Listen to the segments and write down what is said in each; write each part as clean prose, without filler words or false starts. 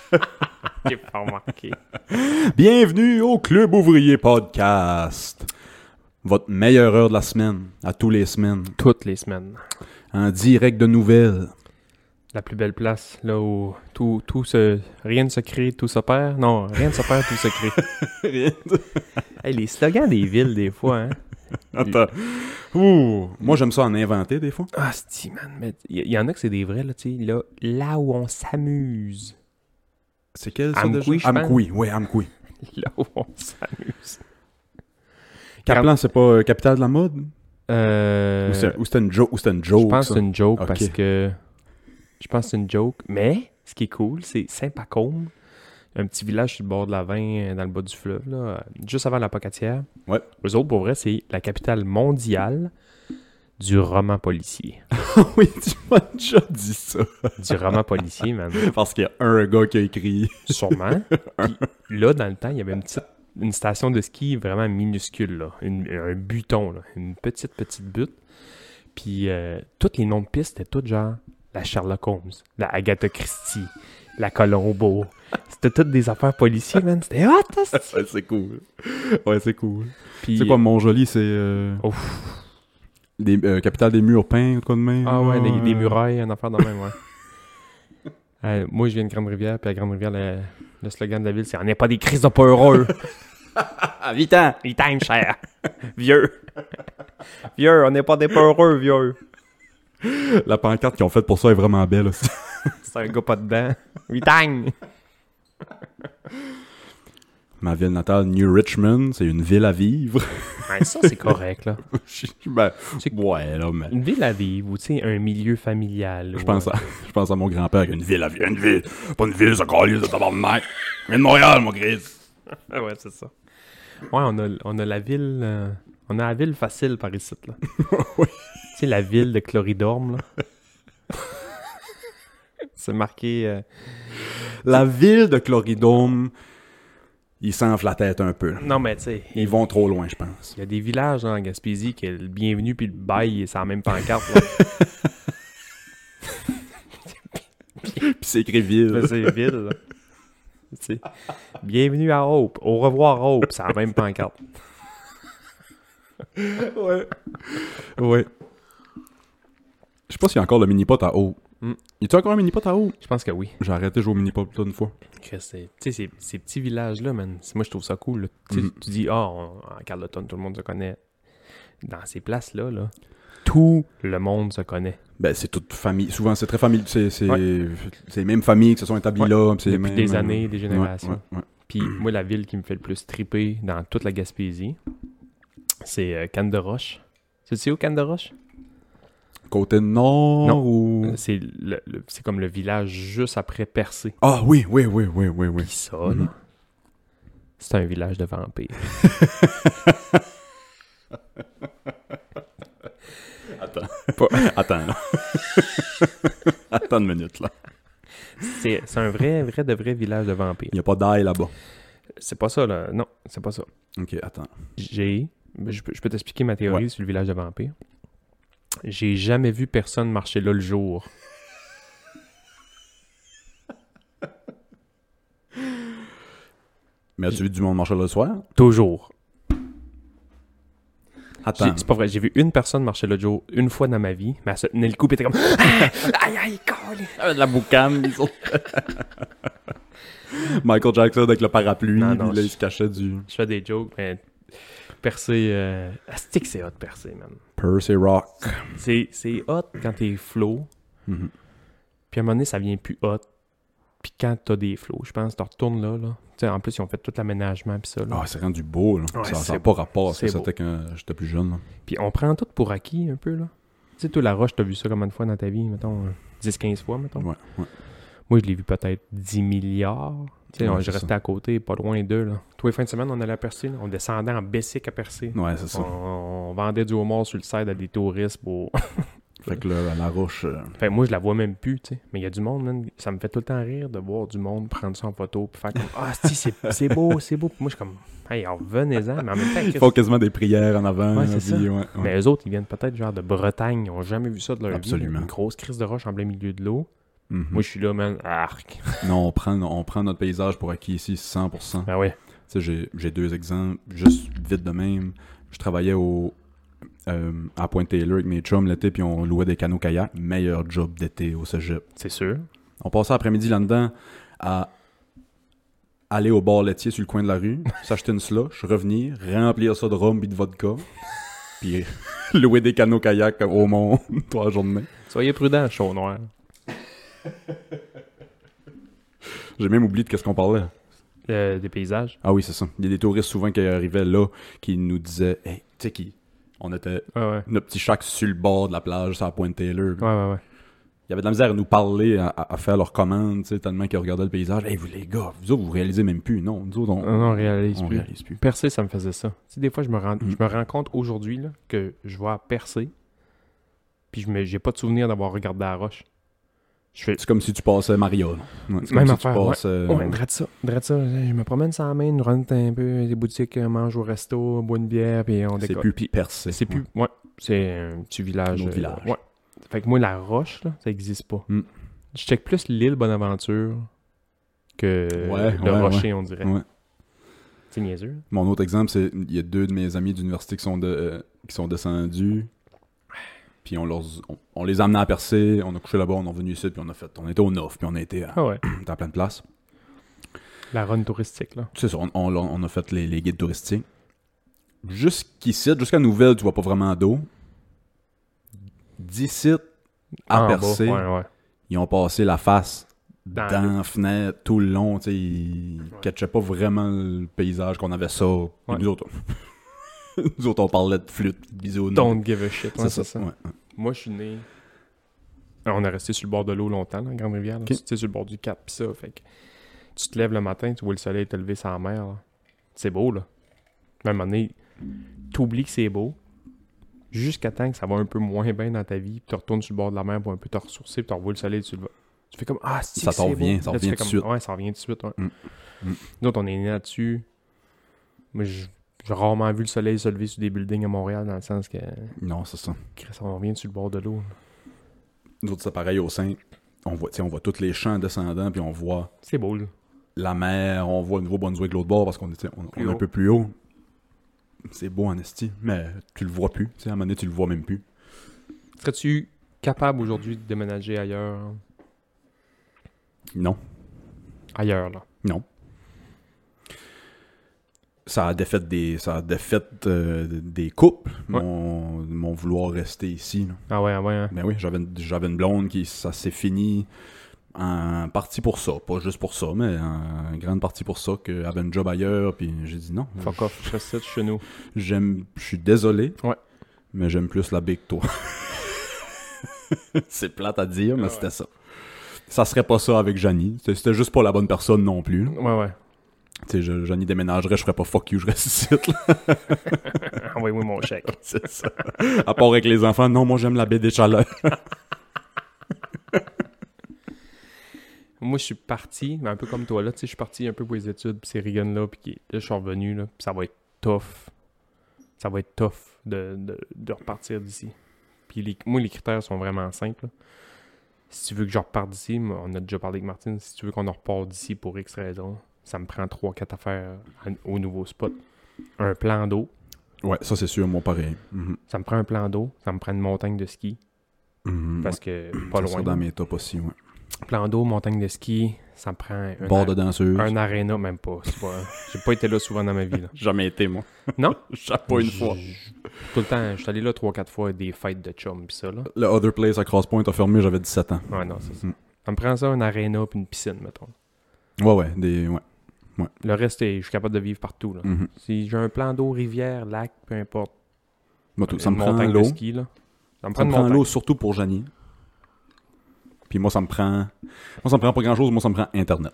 J'ai pas remarqué. Bienvenue au Club Ouvrier Podcast. Votre meilleure heure de la semaine, à tous les semaines. Toutes les semaines. En direct de nouvelles. La plus belle place, là où rien ne se crée, tout se perd. Non, rien ne se perd, tout se crée. Hey, les slogans des villes, des fois, hein. Attends. Ouh, moi, j'aime ça en inventer, des fois. Ah, c'ti, man. Mais il y en a que c'est des vrais, là, tu sais. Là où on s'amuse. C'est quel, ça, Amkoui, déjà? je pense. Amkoui, oui, Amkoui. Là où on s'amuse. Kaplan, c'est pas capitale de la mode? Euh... Ou c'était une joke? Je pense que c'est une joke Ok. parce que... Je pense que c'est une joke. Mais, ce qui est cool, c'est Saint-Pacôme. Un petit village sur le bord de la Vin, dans le bas du fleuve, là, juste avant la Pocatière. Ouais. Eux autres, pour vrai, c'est la capitale mondiale du roman policier. Oui, tu m'as déjà dit ça. Du roman policier, man. Parce qu'il y a un gars qui a écrit. Sûrement. Puis là, dans le temps, il y avait une station de ski vraiment minuscule, là. Un buton, là. Une petite butte. Puis tous les noms de pistes étaient tous genre la Sherlock Holmes, la Agatha Christie, la Colombo. C'était toutes des affaires policiers, man. C'était hot, ça. Ouais, c'est cool. Ouais, c'est cool. Puis, C'est quoi, Montjoli, c'est... Ouf. Capitale des murs peints, ou quoi de même? Ah ouais, des murailles, une affaire de même, ouais. Moi, je viens de Grande-Rivière, puis à Grande-Rivière, le slogan de la ville, c'est « On n'est pas des crises de pas heureux. » À 8 ans! 8 ans, cher. Vieux. Vieux, on n'est pas des pas heureux, vieux. La pancarte qu'ils ont faite pour ça est vraiment belle aussi. C'est un gars pas dedans. 8 ans. Ma ville natale, New Richmond, c'est une ville à vivre. Ouais, ça, c'est correct, là. Ben, C'est- ouais, là, mais... Une ville à vivre, ou tu sais, un milieu familial. Je pense à mon grand-père qui a une ville à vivre. Une ville! Pas une ville, ça calisse de tabarnak! Je viens de Montréal, mon Chris! Ouais, c'est ça. Ouais, on a la ville... on a la ville facile par ici, là. Oui. Tu sais, la ville de Cloridorme, là. C'est marqué... La ville de Cloridome, ils s'enflent la tête un peu. Non, mais tu sais... Ils vont trop loin, je pense. Il y a des villages en Gaspésie que le bienvenu puis le bail, c'est la même pancarte, là. Puis c'est écrit ville. Là, c'est vide, là. Tu sais, bienvenue à Hope. Au revoir, Hope. C'est la même pancarte. Ouais. Ouais. Je sais pas s'il y a encore le mini-pot à eau. Mm. Y a-tu encore un mini-pot à eau? Je pense que oui. J'ai arrêté de jouer au mini-pot là une fois. Tu sais, ces petits villages-là, man. Moi, je trouve ça cool. Là. Tu sais, tu dis, en Carleton, tout le monde se connaît. Dans ces places-là, là, tout le monde se connaît. Ben, c'est toute famille. Souvent, c'est très familial. C'est Ouais. les mêmes familles qui se sont établies Ouais. là. C'est Depuis les mêmes, des années, des générations. Ouais. Puis moi, la ville qui me fait le plus triper dans toute la Gaspésie, c'est Cannes-de-Roche. Tu sais où, Cannes-de-Roche? Côté nord Non. ou... C'est c'est comme le village juste après Percé. Ah oui. Puis ça, là, c'est un village de vampires. Attends, là. Attends une minute, là. C'est un vrai village de vampires. Il n'y a pas d'ail là-bas. C'est pas ça, là. Non, c'est pas ça. Ok, attends. Je peux t'expliquer ma théorie Ouais. sur le village de vampires. J'ai jamais vu personne marcher là le jour. Mais as-tu vu du monde marcher là le soir? Toujours. Attends. C'est pas vrai. J'ai vu une personne marcher là le jour une fois dans ma vie, mais elle se tenait le coup et était comme « Aïe, aïe, colle! De la boucane, ils ont... Michael Jackson avec le parapluie, Non, puis non, là, il se cachait du... Je fais des jokes, mais Percé... Asti que c'est hot, Percé, man. Percy Rock. C'est hot quand t'es flow, Mhm. puis à un moment donné, ça vient plus hot. Puis quand t'as des flows, je pense, tu retournes là. Tu sais, en plus, ils ont fait tout l'aménagement puis ça. Là. Ah, c'est rendu beau, là. Ouais, ça c'est n'a beau. pas rapport à ce que C'est c'était quand j'étais plus jeune, là. Puis on prend tout pour acquis un peu, là. Tu sais, toi, La Roche, t'as vu ça combien de fois dans ta vie, mettons, 10-15 fois, mettons. Ouais. Moi, je l'ai vu peut-être 10 milliards. Tu sais, Ouais, je c'est restais ça. à côté, pas loin d'eux, là. Tous les fins de semaine, on allait à Percé, là. On descendait en Bessic à Percé. Ouais, c'est ça. On vendait du homard sur le side à des touristes pour... Fait que là, à la roche... Enfin, moi, je la vois même plus, tu sais. Mais il y a du monde, man. Ça me fait tout le temps rire de voir du monde prendre ça en photo puis faire comme « Ah, si, c'est beau, c'est beau. » Puis moi, je suis comme « Hey, revenez-en. » Mais en même temps, Ils font quasiment des prières en avant. Ouais, c'est puis, ça. ouais. Mais eux autres, ils viennent peut-être genre de Bretagne. Ils n'ont jamais vu ça de leur vie. Absolument. Une grosse crise de roche en plein milieu de l'eau. Moi, je suis là, man, arc. Non, on prend notre paysage pour acquis ici, 100%. Ben ouais. Tu sais, j'ai 2 exemples, juste vite de même. Je travaillais à Pointe-Taylor avec mes chums l'été, puis on louait des canots-kayaks. Meilleur job d'été au cégep. C'est sûr. On passait l'après-midi là-dedans à aller au bar laitier sur le coin de la rue, s'acheter une slush, revenir, remplir ça de rhum et de vodka, puis louer des canots-kayaks au monde 3 journées. Soyez prudents, chaud noir. J'ai même oublié de qu'est-ce qu'on parlait. Des paysages. Ah oui, c'est ça. Il y a des touristes souvent qui arrivaient là, qui nous disaient, hey, tu sais on était Ouais. notre petit shack sur le bord de la plage, sur la Pointe-Taylor. Ouais. Il y avait de la misère à nous parler, à faire leurs commandes, tu sais, tellement qu'ils regardaient le paysage. Hey, vous les gars, vous autres, vous réalisez même plus. Non, nous autres, Non, on réalise on plus. réalise plus. Percer, ça me faisait ça. Tu sais, des fois, je me rends compte aujourd'hui là, que je vais à Percer, puis j'ai pas de souvenir d'avoir regardé la roche. C'est comme si tu passais Maria. Ouais, c'est Même comme si affaire, tu passais... Ouais, drette ça. Je me promène sans la main, nous rentre un peu des boutiques, mange au resto, boit une bière, puis on C'est décolle. plus percé. C'est plus... Ouais, c'est un petit village. Un autre village. Ouais. Fait que moi, la roche, là, ça existe pas. Mm. Je check plus l'île Bonaventure que le rocher, on dirait. Ouais. C'est niaiseux. Mon autre exemple, c'est il y a 2 de mes amis d'université qui sont descendus. Puis on les a amenés à Percé, on a couché là-bas, on est revenu ici, puis on était au Nord, puis on a été à plein de places. La run touristique, là. C'est ça, on a fait les guides touristiques. Jusqu'à Nouvelle, tu vois pas vraiment d'eau. D'ici à Percé, ils ont passé la face dans la fenêtre tout le long, tu sais, ils catchaient pas vraiment le paysage qu'on avait ça. Ouais. Nous autres, on parlait de flûte, de bisous. Don't give a shit. Ouais, c'est ça. Ouais. Moi, je suis né... On est resté sur le bord de l'eau longtemps, là, Grande-Rivière. Okay. Tu sais, sur le bord du Cap, pis ça. Fait que tu te lèves le matin, tu vois le soleil te lever sur la mer. Là. C'est beau, là. Même à un moment donné, t'oublies que c'est beau, jusqu'à temps que ça va un peu moins bien dans ta vie, puis tu retournes sur le bord de la mer pour un peu te ressourcer, puis tu revois le soleil, tu fais comme « Ah, si, ça c'est t'en revient, beau. » ça Là, revient tout de suite. Ouais, ça revient tout de suite, ouais. Mm. Nous autres, on est nés là-dessus. Moi, j'ai rarement vu le soleil se lever sur des buildings à Montréal, dans le sens que... Non, c'est ça. On revient sur le bord de l'eau. Nous autres, c'est pareil au sein. On voit tous les champs descendants, puis on voit C'est beau, là. la mer, on voit le Nouveau-Brunswick de l'autre bord, parce qu'on est un peu plus haut. C'est beau en esti, mais tu le vois plus. À un moment donné, tu le vois même plus. Serais-tu capable aujourd'hui de déménager ailleurs? Non. Ailleurs, là. Non. Ça a défait des couples, Ouais. mon vouloir rester ici. Là. Ah ouais, hein? Ben oui, j'avais une blonde qui, ça s'est fini en partie pour ça. Pas juste pour ça, mais en grande partie pour ça, qu'elle avait un job ailleurs, puis j'ai dit non. Fuck off, je reste chez nous. Je suis désolé, Ouais. mais j'aime plus la baie que toi. C'est plate à dire, mais c'était ça. Ça serait pas ça avec Janie. C'était juste pas la bonne personne non plus. Là. Ouais. Tu sais, Janie déménagerait, je ferais pas fuck you, je reste ici. Envoyez-moi mon chèque. C'est ça. À part avec les enfants, non, moi j'aime la baie des Chaleurs. Moi, je suis parti, mais un peu comme toi, là. Tu sais, je suis parti un peu pour les études, puis c'est Regan là, puis là, je suis revenu, là, puis ça va être tough. Ça va être tough de repartir d'ici. Puis moi, les critères sont vraiment simples. Là. Si tu veux que je reparte d'ici, on a déjà parlé avec Martine, si tu veux qu'on en reparte d'ici pour X raisons, ça me prend 3-4 affaires au nouveau spot. Un plan d'eau. Ouais, ça c'est sûr, moi pareil. Ça me prend un plan d'eau, ça me prend une montagne de ski. Parce que pas ça loin. dans mes tops aussi, ouais. Plan d'eau, montagne de ski, ça me prend bord de danseuse. un aréna, même pas. J'ai pas été là souvent dans ma vie. Là. Jamais été, moi. Non? Pas une fois. Tout le temps, je suis allé là 3-4 fois des fêtes de chum pis ça, là. Le Other Place à Cross Point a fermé, j'avais 17 ans. Ouais, non, c'est ça. Ça me prend ça, un aréna pis une piscine, mettons. Ouais. Le reste, je suis capable de vivre partout, là. Si j'ai un plan d'eau, rivière, lac, peu importe. Moi, ça me prend montagne l'eau. de ski, là. Ça me Ça me prend l'eau surtout pour Janie. Puis moi, ça me prend pas grand-chose, moi, ça me prend Internet.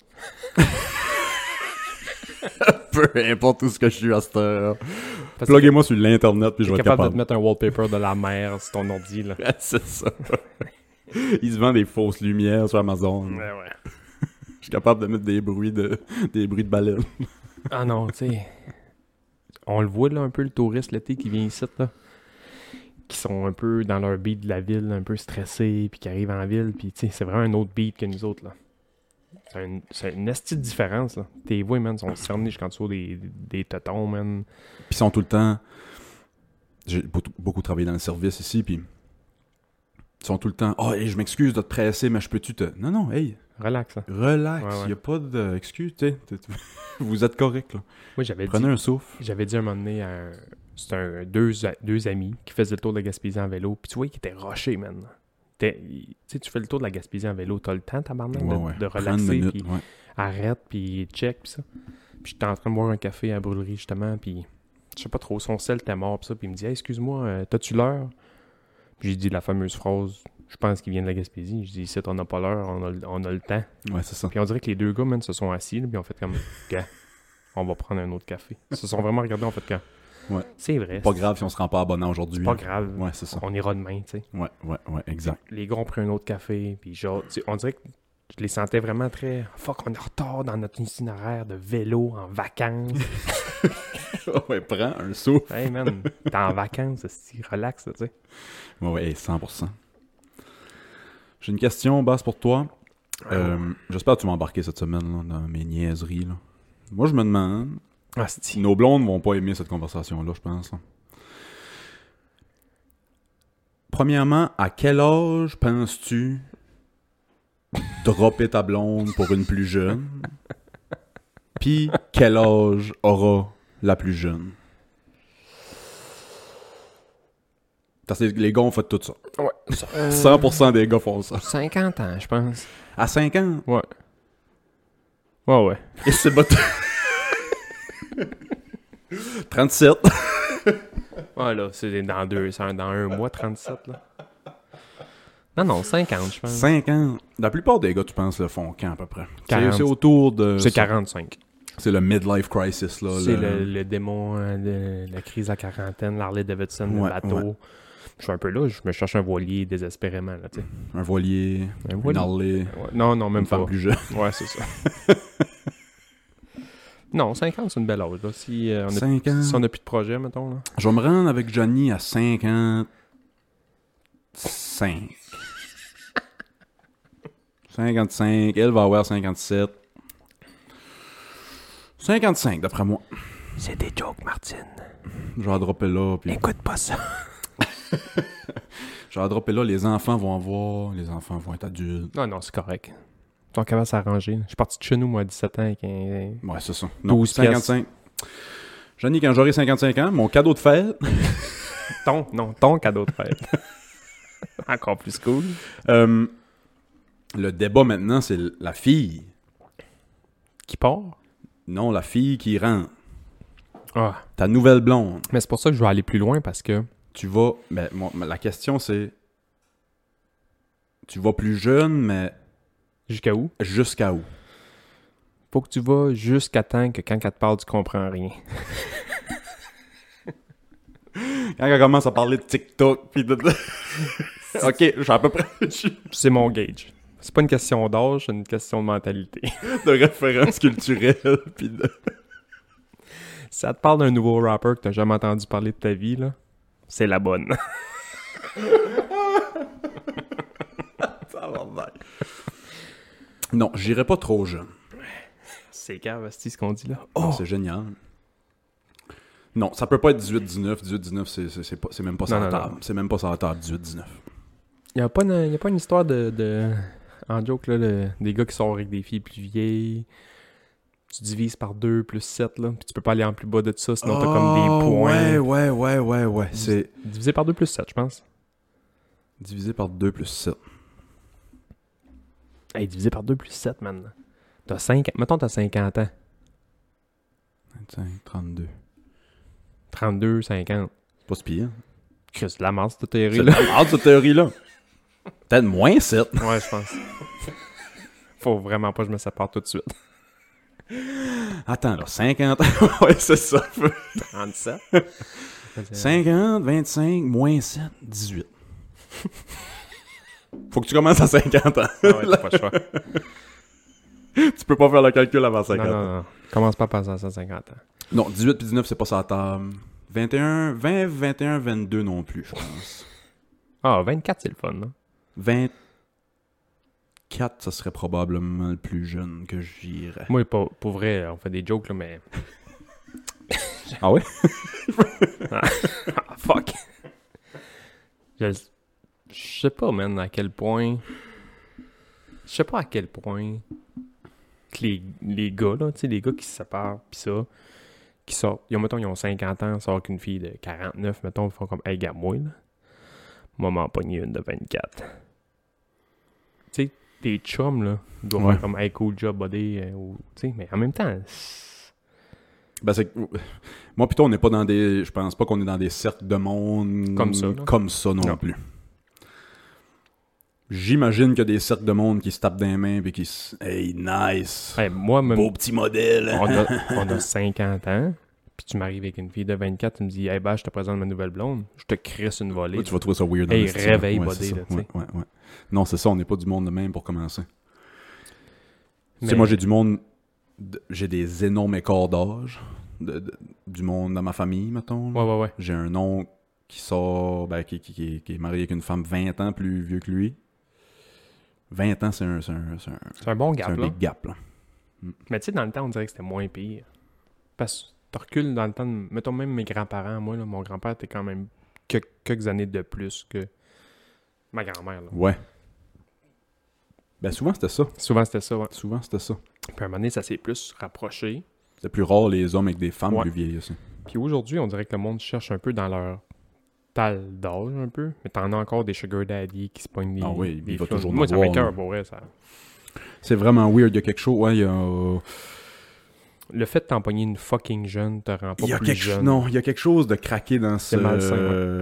Peu importe où ce que je suis à cette heure. Pluguez-moi sur l'Internet, puis je vais être capable capable. de te mettre un wallpaper de la mer sur ton ordi, là. C'est ça. Il se vend des fausses lumières sur Amazon. Ouais. Je suis capable de mettre des bruits de baleines. Ah non, tu sais. On le voit, là, un peu, le touriste l'été qui vient ici, là. qui sont un peu dans leur beat de la ville, un peu stressés, puis qui arrivent en ville, puis tu sais, c'est vraiment un autre beat que nous autres, là. C'est une esti de différence, là. Tes voix, man, sont cernés jusqu'en dessous des totons, man. Puis ils sont tout le temps... J'ai beaucoup travaillé dans le service ici, puis ils sont tout le temps « Oh, hey, je m'excuse de te presser, mais je peux-tu te... » Non, non, hey, Relax, hein. relax, Ouais, ouais. y a pas d'excuse, tu sais. Vous êtes correct, là. Moi, j'avais Prenez un souffle. J'avais dit un moment donné à c'était deux amis qui faisaient le tour de la Gaspésie en vélo. Puis tu vois, ils étaient rushés, man. Tu sais, tu fais le tour de la Gaspésie en vélo, t'as le temps, tabarnak, de relaxer, puis arrête, puis check, puis ça. Puis j'étais en train de boire un café à la brûlerie, justement, puis je sais pas trop, son sel était mort, puis ça. Puis il me dit hey, « Excuse-moi, t'as-tu l'heure? » Puis j'ai dit la fameuse phrase, je pense qu'il vient de la Gaspésie. Je dis « Ici, on n'a pas l'heure, on a le temps. » Ouais, c'est ça. Puis on dirait que les deux gars, man, se sont assis, là, puis on fait comme « Gars, on va prendre un autre café. » Ils se sont vraiment regardés, on fait comme Ouais. C'est vrai. Pas grave si on se rend pas abonnant aujourd'hui. Pas grave. Ouais, c'est ça. On ira demain, tu sais. Ouais, exact. Les gars ont pris un autre café, puis genre, on dirait que je les sentais vraiment très... Fuck, on est en retard dans notre itinéraire de vélo, en vacances. Ouais, prends un souffle. Hey man, t'es en vacances, c'est relax, tu sais. Ouais, 100%. J'ai une question, Basse, pour toi. J'espère que tu vas embarquer cette semaine là, dans mes niaiseries. Là. Moi, je me demande... Nos blondes vont pas aimer cette conversation-là, je pense. Là. Premièrement, à quel âge penses-tu dropper ta blonde pour une plus jeune? Puis, quel âge aura la plus jeune? Parce que les gars ont fait tout ça. Ouais. 100% des gars font ça. 50 ans, je pense. À 5 ans? Ouais. Ouais. Et c'est bon. 37. Ouais, là, c'est dans un mois, 37, là. Non, 50, je pense. 50. La plupart des gars, tu penses, le font quand, à peu près? 40. C'est autour de... C'est 45. C'est le midlife crisis, là. C'est le démon de la crise à quarantaine, l'Harley Davidson, le bateau. Ouais. Je suis un peu là, je me cherche un voilier désespérément, là, tu sais. Un voilier, une Harley... Ouais. Non, même pas. Une femme plus jeune. Ouais, c'est ça. Non, 50, c'est une belle âge, là. Si on n'a plus de projet, mettons, là. Je vais me rendre avec Johnny à 55. 55. Elle va avoir 57. 55, d'après moi. C'est des jokes, Martine. Je vais la dropper là. Puis... Écoute pas ça. Je vais la dropper là. Les enfants vont en voir. Les enfants vont être adultes. Non, c'est correct. Ils sont capables de s'arranger. Je suis parti de chez nous, moi, à 17 ans. Avec un... Ouais, c'est ça. Non, 55. Johnny, quand j'aurai 55 ans, mon cadeau de fête... ton cadeau de fête. Encore plus cool. Le débat maintenant, c'est la fille. Qui part? Non, la fille qui rentre. Ah. Ta nouvelle blonde. Mais c'est pour ça que je vais aller plus loin, parce que... Tu vas... Ben, la question, c'est... Tu vas plus jeune, mais... Jusqu'à où? Jusqu'à où? Faut que tu vas jusqu'à temps que quand elle te parle, tu comprends rien. Quand elle commence à parler de TikTok, puis de... Ok, je suis à peu près... C'est mon gauge. C'est pas une question d'âge, c'est une question de mentalité. De référence culturelle, puis de... Si ça te parle d'un nouveau rapper que t'as jamais entendu parler de ta vie, là, c'est la bonne. Non, j'irai pas trop jeune. C'est grave, c'est ce qu'on dit là. Oh! C'est génial. Non, ça peut pas être 18-19. 18-19, c'est même pas ça la table. C'est même pas ça la table, 18-19. Y a pas une histoire de... En joke, là, des gars qui sortent avec des filles plus vieilles. Tu divises par 2 plus 7, là. Puis tu peux pas aller en plus bas de ça, sinon t'as comme des points. Ouais. C'est... Divisé par 2 plus 7, je pense. Divisé par 2 plus 7. Hey, divisé par 2 plus 7, man. Mettons, t'as 50 ans. 25, 32. 32, 50. C'est pas si pire. C'est de la merde, cette théorie-là. C'est de la merde, cette théorie-là. Peut-être moins 7. Ouais, je pense. Faut vraiment pas que je me sépare tout de suite. Attends, là, 50 ans. Ouais, c'est ça. 37. 50, 25, moins 7, 18. Faut que tu commences à 50 ans. Ah ouais, t'as pas le choix. Tu peux pas faire le calcul avant 50 ans. Non. Commence pas à passer à 150 ans. Non, 18 puis 19, c'est pas ça la table. 21, 20, 21, 22 non plus, je pense. Ah, 24, c'est le fun, non? 24, ça serait probablement le plus jeune que j'irais. Moi, pour vrai, on fait des jokes, là, mais... Ah ouais? Ah, fuck! Je sais pas, man, à quel point... Je sais pas à quel point que les gars, là, tu sais, les gars qui se séparent, pis ça, qui sortent... Ils ont 50 ans, sortent qu'une fille de 49, mettons, ils font comme « Hey, gars, moi, là, moi, m'en pogner une de 24. » Tu sais, tes chums, là, ils doivent faire comme « Hey, cool job, buddy. » ou, tu sais, mais en même temps... Ben, c'est que... Moi, plutôt, on n'est pas dans des... Je pense pas qu'on est dans des cercles de monde... Comme ça non plus. J'imagine qu'il y a des cercles de monde qui se tapent dans les mains et qui se... Hey, nice! Hey, moi, même... Beau petit modèle! On a 50 ans, puis tu m'arrives avec une fille de 24, tu me dis « Hey, bah, je te présente ma nouvelle blonde. » Je te crisse une volée. Ouais, tu vas trouver ça weird. Hey, réveille, buddy, là, tu sais. Ouais. Non, c'est ça, on n'est pas du monde de même pour commencer. Mais... Tu sais, moi, j'ai du monde... J'ai des énormes écarts d'âge. Du monde dans ma famille, mettons. Ouais. J'ai un oncle qui sort... Ben, qui est marié avec une femme 20 ans plus vieux que lui. 20 ans, c'est un bon gap, c'est un là. big gap, là. Mais tu sais, dans le temps, on dirait que c'était moins pire. Parce que tu recules dans le temps, mettons même mes grands-parents, moi, là, mon grand-père était quand même quelques années de plus que ma grand-mère, là. Ouais. Ben, souvent, c'était ça. Souvent, c'était ça, ouais. Souvent, c'était ça. Puis à un moment donné, ça s'est plus rapproché. C'était plus rare, les hommes avec des femmes Ouais. plus vieilles aussi. Puis aujourd'hui, on dirait que le monde cherche un peu dans leur tal d'âge, un peu. Mais t'en as encore des sugar daddy qui se pognent des... Ah oui, des il va filles. toujours Moi, en ça avoir, m'écoeure, là. pour vrai, ça... C'est vraiment weird, il y a quelque chose... Ouais, il y a... Le fait de t'empoigner une fucking jeune te rend pas plus jeune. Non, il y a quelque chose de craqué dans C'est malsain,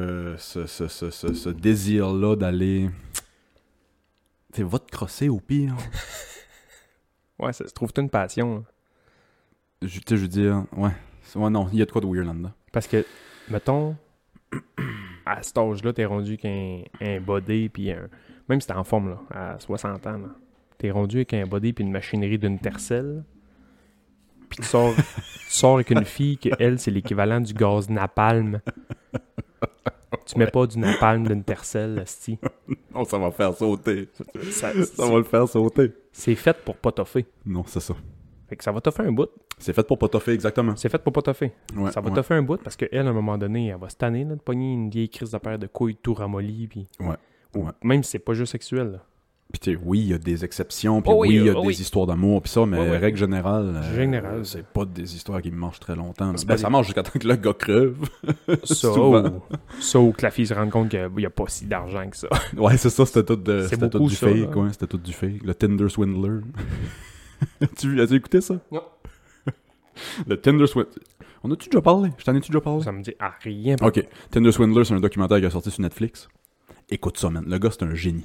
ce désir-là d'aller... Tu sais, va te crosser au pire. Ouais, ça se trouve une passion, là. Tu sais, je veux dire... Ouais, non, il y a de quoi de weird là-dedans. Parce que, mettons, à cet âge-là, t'es rendu qu'un body, puis même si t'es en forme, là, à 60 ans, là, t'es rendu avec un body puis une machinerie d'une tercelle, puis tu sors avec une fille que elle, c'est l'équivalent du gaz napalm. Tu mets pas du napalm d'une tercelle, esti. Non, ça va faire sauter. Ça va le faire sauter. C'est fait pour pas toffer. Non, c'est ça. Fait que ça va toffer un bout. C'est fait pour pas toffer, exactement. C'est fait pour pas toffer. Ouais, Ça va toffer un bout parce qu'elle, à un moment donné, elle va se tanner, là, de pogner une vieille crise de paire de couilles tout ramollies, puis... Ouais. Même si c'est pas juste sexuel, là. Puis tu sais, oui, il y a des exceptions, puis Oh oui, oui, il y a oh des oui. histoires d'amour, puis ça, mais Ouais. règle générale, C'est c'est pas des histoires qui marchent très longtemps. C'est Ben, pas ça des- marche jusqu'à temps que le gars crève. Ça Souvent. ou que la fille se rende compte qu'il n'y a pas si d'argent que ça. Ouais, c'est ça, c'était tout, C'est c'était tout beaucoup du ça, fake, là. ouais, c'était tout du fake. Le Tinder Swindler. As-tu écouté ça? Non. Le Tinder Swindler. On a-tu déjà parlé? Je t'en ai-tu déjà parlé? Ça me dit rien. Ok. Tinder Swindler, c'est un documentaire qui est sorti sur Netflix. Écoute ça, man. Le gars, c'est un génie.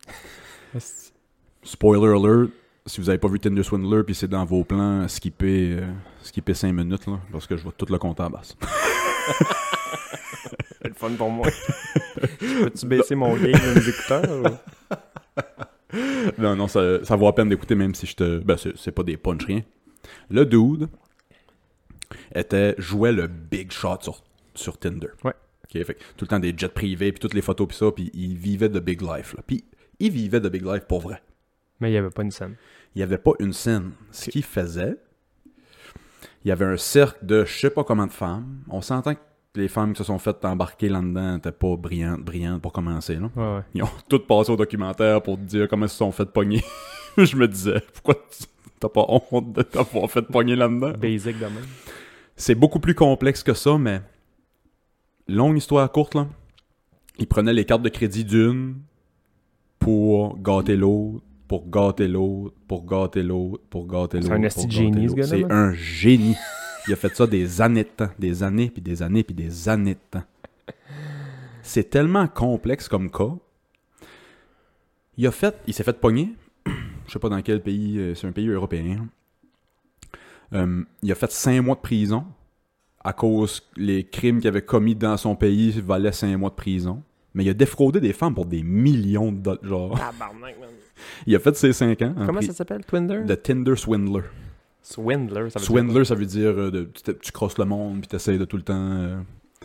Spoiler alert, si vous avez pas vu Tinder Swindler puis c'est dans vos plans, skippez 5 minutes, là, parce que je vais tout le compter à basse. C'est le fun pour moi. Peux-tu baisser mon gain de mes écouteurs? Ou... Non, ça vaut la peine d'écouter même si je te... Ben, c'est pas des punch rien. Le dude jouait le big shot sur Tinder. Ouais. Ok, fait que tout le temps des jets privés, puis toutes les photos, puis ça, puis il vivait de big life, là. Puis il vivait de big life pour vrai. Mais il n'y avait pas une scène. Il n'y avait pas une scène. Ce qu'il faisait, il y avait un cercle de je sais pas combien de femmes. On s'entend que les femmes qui se sont faites embarquer là-dedans n'étaient pas brillantes pour commencer, là. Ouais. Ils ont toutes passé au documentaire pour te dire comment ils se sont fait pogner. Je me disais, pourquoi t'as pas honte de t'avoir fait pogner là-dedans? Basic de même. C'est beaucoup plus complexe que ça, mais longue histoire courte, là. Ils prenaient les cartes de crédit d'une pour gâter l'autre, pour gâter l'autre, pour gâter l'autre, pour gâter l'autre. C'est un esti de génie, ce gars-là. C'est man. un génie. Il a fait ça des années de temps. Des années, puis des années, puis des années de temps. C'est tellement complexe comme cas. Il s'est fait pogner. Je sais pas dans quel pays. C'est un pays européen. Il a fait 5 mois de prison à cause les crimes qu'il avait commis dans son pays valaient 5 mois de prison. Mais il a défraudé des femmes pour des millions de dollars. Genre. Tabarnak, man. Il a fait ses 5 ans. Comment ça s'appelle, Twinder? The Tinder Swindler. Swindler, ça veut Swindler, ça veut dire tu crosses le monde puis t'essayes de tout le temps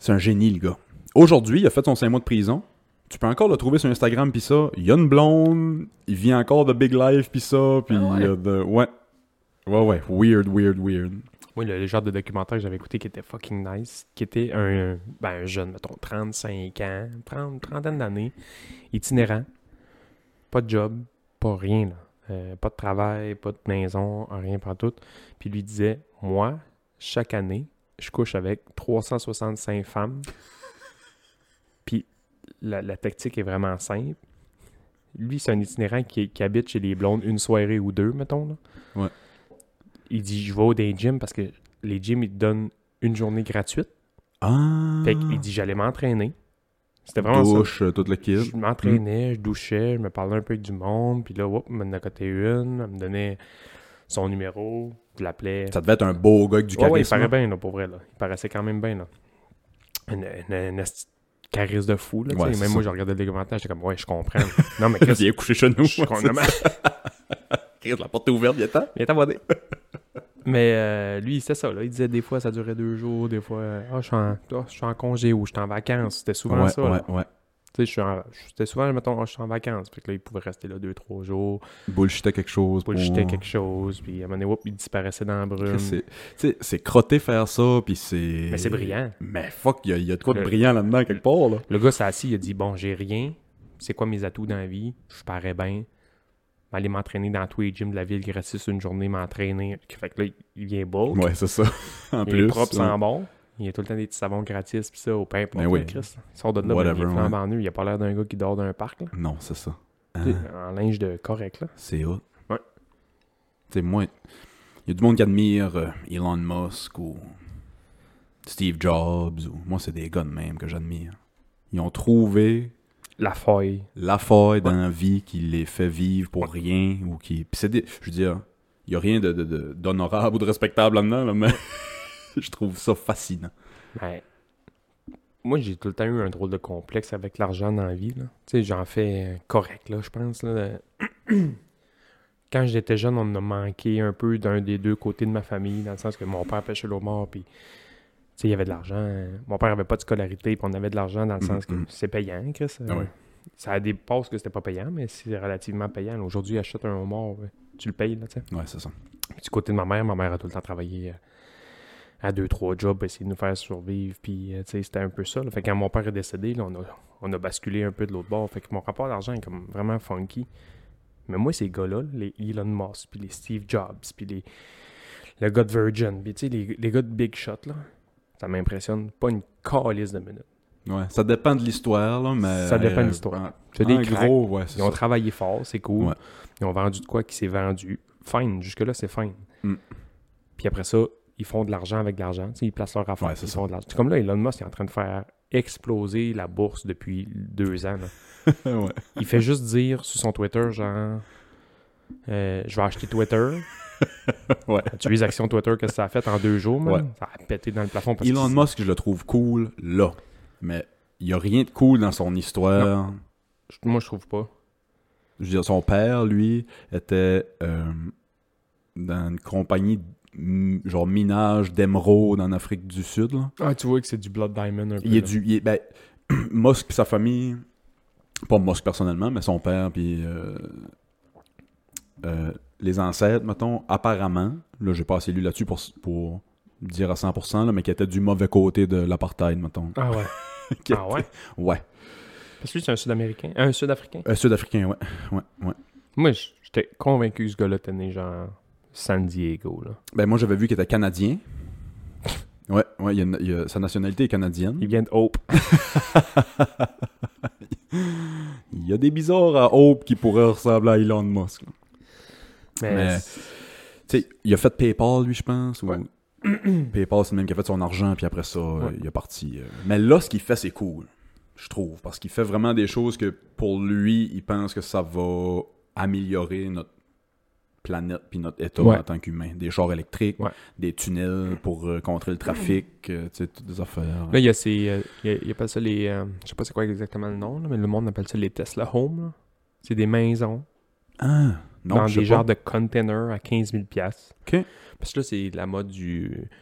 C'est un génie, le gars. Aujourd'hui, il a fait son 5 mois de prison. Tu peux encore le trouver sur Instagram, pis ça. Il y a une blonde, il vit encore de Big Life, pis ça, pis Ah ouais? Ouais. Ouais. Weird. Moi, le genre de documentaire que j'avais écouté qui était fucking nice, qui était un jeune, mettons, 35 ans, trentaine d'années, itinérant, pas de job, pas rien, là. Pas de travail, pas de maison, rien pas tout. Puis lui disait, moi, chaque année, je couche avec 365 femmes. Puis la tactique est vraiment simple. Lui, c'est un itinérant qui habite chez les blondes une soirée ou deux, mettons. Là. Ouais. Il dit, je vais au day gym parce que les gyms, ils te donnent une journée gratuite. Ah! Fait qu'il dit, j'allais m'entraîner. C'était vraiment Douche, ça. toute le kit. Je m'entraînais, je douchais, je me parlais un peu avec du monde. Puis là, il m'en a coté une. Elle me donnait son numéro. Je l'appelais. Ça devait être un beau gars avec du charisme. Ouais, il paraît bien, là, pour vrai. Là. Il paraissait quand même bien, là. Une charisme de fou, là. Ouais, Même c'est moi, ça. je regardais le documentaire, j'étais comme, ouais, je comprends. Non, mais Chris, Il est couché chez nous. je suis complètement... Chris, la porte est ouverte, il est temps. Viens t'aborder. Mais lui, c'est ça, là. Il disait des fois, ça durait 2 jours, des fois, je suis en congé ou je suis en vacances. C'était souvent ça, là. Ouais. Tu sais, c'était souvent, mettons, je suis en vacances. Puis que là, il pouvait rester là 2-3 jours. Bullshitait quelque chose. Bullshitait quelque chose. Puis à un moment donné, il disparaissait dans la brume. C'est crotté faire ça, puis c'est... Mais c'est brillant. Mais fuck, il y a de quoi de brillant là-dedans, quelque part, là. Le gars s'est assis, il a dit, bon, j'ai rien. C'est quoi mes atouts dans la vie? Je parais bien. Aller m'entraîner dans tous les gyms de la ville gratis une journée, m'entraîner. Fait que là, il vient bulk. Ouais, c'est ça. En Il plus. est propre, sans bon. Il y a tout le temps des petits savons gratis, pis ça, au pain, Ben oui. Chris. Il sort de là, Whatever, il est flambant nu. Il a pas l'air d'un gars qui dort d'un parc, là. Non, c'est ça. Tu sais, en linge de correct, là. C'est hot. Ouais. Tu sais, moi, il y a du monde qui admire Elon Musk ou Steve Jobs. Moi, c'est des gars de même que j'admire. Ils ont trouvé La faille. la faille dans la vie qui les fait vivre pour rien ou qui... Puis c'est des... Je veux dire, il y a rien d'honorable ou de respectable là-dedans, là, mais je trouve ça fascinant. Ben, moi, j'ai tout le temps eu un drôle de complexe avec l'argent dans la vie, là. Tu sais, j'en fais correct, là, je pense, là. Quand j'étais jeune, on en a manqué un peu d'un des deux côtés de ma famille, dans le sens que mon père pêchait l'eau mort, puis... Tu sais, il y avait de l'argent. Mon père avait pas de scolarité, puis on avait de l'argent dans le sens que c'est payant, Chris. Ouais. Ça a des passes que c'était pas payant, mais c'est relativement payant. Là, aujourd'hui, achète un homard, tu le payes, là, tu sais. Ouais, c'est ça. Puis du côté de ma mère a tout le temps travaillé à 2-3 jobs pour essayer de nous faire survivre. Puis, tu sais, c'était un peu ça. Là. Fait que quand mon père est décédé, là, on a basculé un peu de l'autre bord. Fait que mon rapport à l'argent est comme vraiment funky. Mais moi, ces gars-là, les Elon Musk, puis les Steve Jobs, puis le gars de Virgin, puis tu sais, les gars de Big Shot, là, ça m'impressionne pas une calisse de minutes. Ouais, ça dépend de l'histoire, là, mais... Ça dépend de l'histoire. C'est des cracks. gros, ouais, c'est Ils ont ça. travaillé fort, c'est cool. Ouais. Ils ont vendu de quoi qui s'est vendu. Fine, jusque-là, c'est fine. Mm. Puis après ça, ils font de l'argent avec de l'argent. Tu sais, ils placent leur affaire. Ouais, c'est ils ça. font de l'argent. C'est comme là, Elon Musk est en train de faire exploser la bourse depuis 2 ans. Là. Ouais. Il fait juste dire sur son Twitter, genre, je vais acheter Twitter. Ouais. Tu vois les actions Twitter que ça a fait en 2 jours, man? Ouais. Ça a pété dans le plafond. Parce Elon qu'il- Musk, je le trouve cool, là. Mais il n'y a rien de cool dans son histoire. Moi, je trouve pas. Je veux dire, son père, lui, était dans une compagnie genre minage d'émeraude en Afrique du Sud, là. Ah, tu vois que c'est du Blood Diamond un peu. Il est là. ben, Musk et sa famille, pas Musk personnellement, mais son père puis les ancêtres, mettons, apparemment, là j'ai pas assez lu là-dessus pour dire à 100%, là, mais qui étaient du mauvais côté de l'apartheid, mettons. Ah ouais. Qui Ah ouais? étaient- Ouais. Parce que lui, c'est un Sud-Américain. Un Sud-Africain. Sud-africain, ouais. Moi, j'étais convaincu que ce gars-là était né genre San Diego, là. Ben moi j'avais vu qu'il était canadien. Ouais, sa nationalité est canadienne. Il vient de Hope. Il y a des bizarres à Hope qui pourraient ressembler à Elon Musk, là. Mais- Tu sais, il a fait PayPal, lui, je pense. Ou... Ouais. PayPal, c'est le même qui a fait son argent, puis après ça, il est parti. Mais là, ce qu'il fait, c'est cool, je trouve. Parce qu'il fait vraiment des choses que, pour lui, il pense que ça va améliorer notre planète puis notre état Ouais. en tant qu'humain. Des chars électriques, Ouais. des tunnels pour contrer le trafic, tu sais, toutes des affaires. Là, il y a ces... il appelle ça les... je sais pas c'est quoi exactement le nom, là, mais le monde appelle ça les Tesla Home, là. C'est des maisons Ah, non, dans je sais des pas. genres de containers à 15 000 $. OK. Parce que là, c'est la mode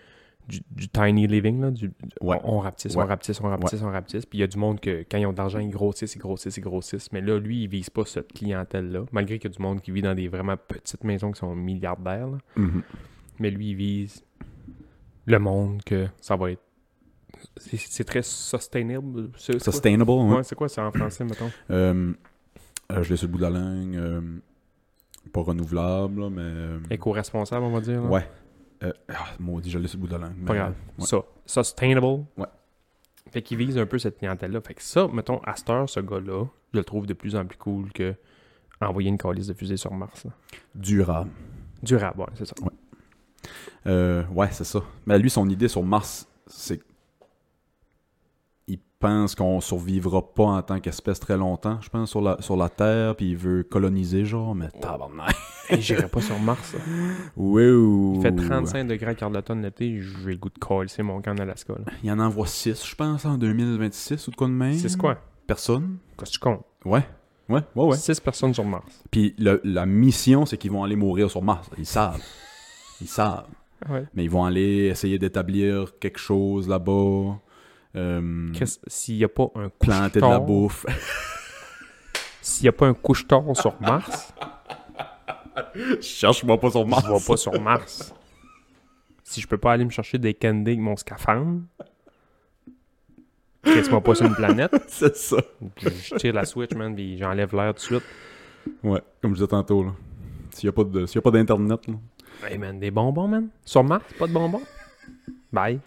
du tiny living, là. Ouais. On rapetisse, Ouais. on rapetisse, on rapetisse, on rapetisse. Puis il y a du monde que, quand ils ont de l'argent, ils grossissent, ils grossissent, ils grossissent. Mais là, lui, il vise pas cette clientèle-là. Malgré qu'il y a du monde qui vit dans des vraiment petites maisons qui sont milliardaires, là. Mhm. Mais lui, il vise le monde que ça va être... C'est très sustainable. C'est quoi? Sustainable, ouais. Ouais, c'est quoi ça en français, mettons? Je l'ai sur le bout de la langue. Pas renouvelable, là, mais... Éco-responsable, on va dire. Là. Ouais. Maudit, je l'ai sur le bout de la langue. Pas mais, grave. ouais. Ça. Sustainable. Ouais. Fait qu'il vise un peu cette clientèle-là. Fait que ça, mettons, à cette heure, ce gars-là, je le trouve de plus en plus cool que envoyer une calice de fusée sur Mars. Là. Durable. Durable, ouais, c'est ça. Ouais, c'est ça. Mais lui, son idée sur Mars, c'est il pense qu'on survivra pas en tant qu'espèce très longtemps, je pense, sur la Terre, puis il veut coloniser, genre, mais tabarnak. Et j'irai pas sur Mars. Là. Oui, ou... Il fait 35 degrés à quart de tonne l'été, j'ai le goût de calisser mon camp en Alaska. Là. Il en envoie 6, je pense, en 2026 ou de quoi de même. C'est quoi? Personne. Qu'est-ce que tu comptes? Ouais. 6 personnes sur Mars. Puis la mission, c'est qu'ils vont aller mourir sur Mars. Ils savent. Ouais. Mais ils vont aller essayer d'établir quelque chose là-bas. S'il n'y a pas un Planter de la couche-tard... bouffe. S'il n'y a pas un couche-tard sur Mars... Cherche-moi pas sur Mars. Je vais pas sur Mars. Si je peux pas aller me chercher des candies avec mon scaphandre, laisse-moi pas sur une planète. C'est ça. Puis je tire la switch, man, puis j'enlève l'air tout de suite. Ouais, comme je disais tantôt, là. S'il y a pas d'internet, là. Hey, man, des bonbons, man. Sur Mars, pas de bonbons. Bye.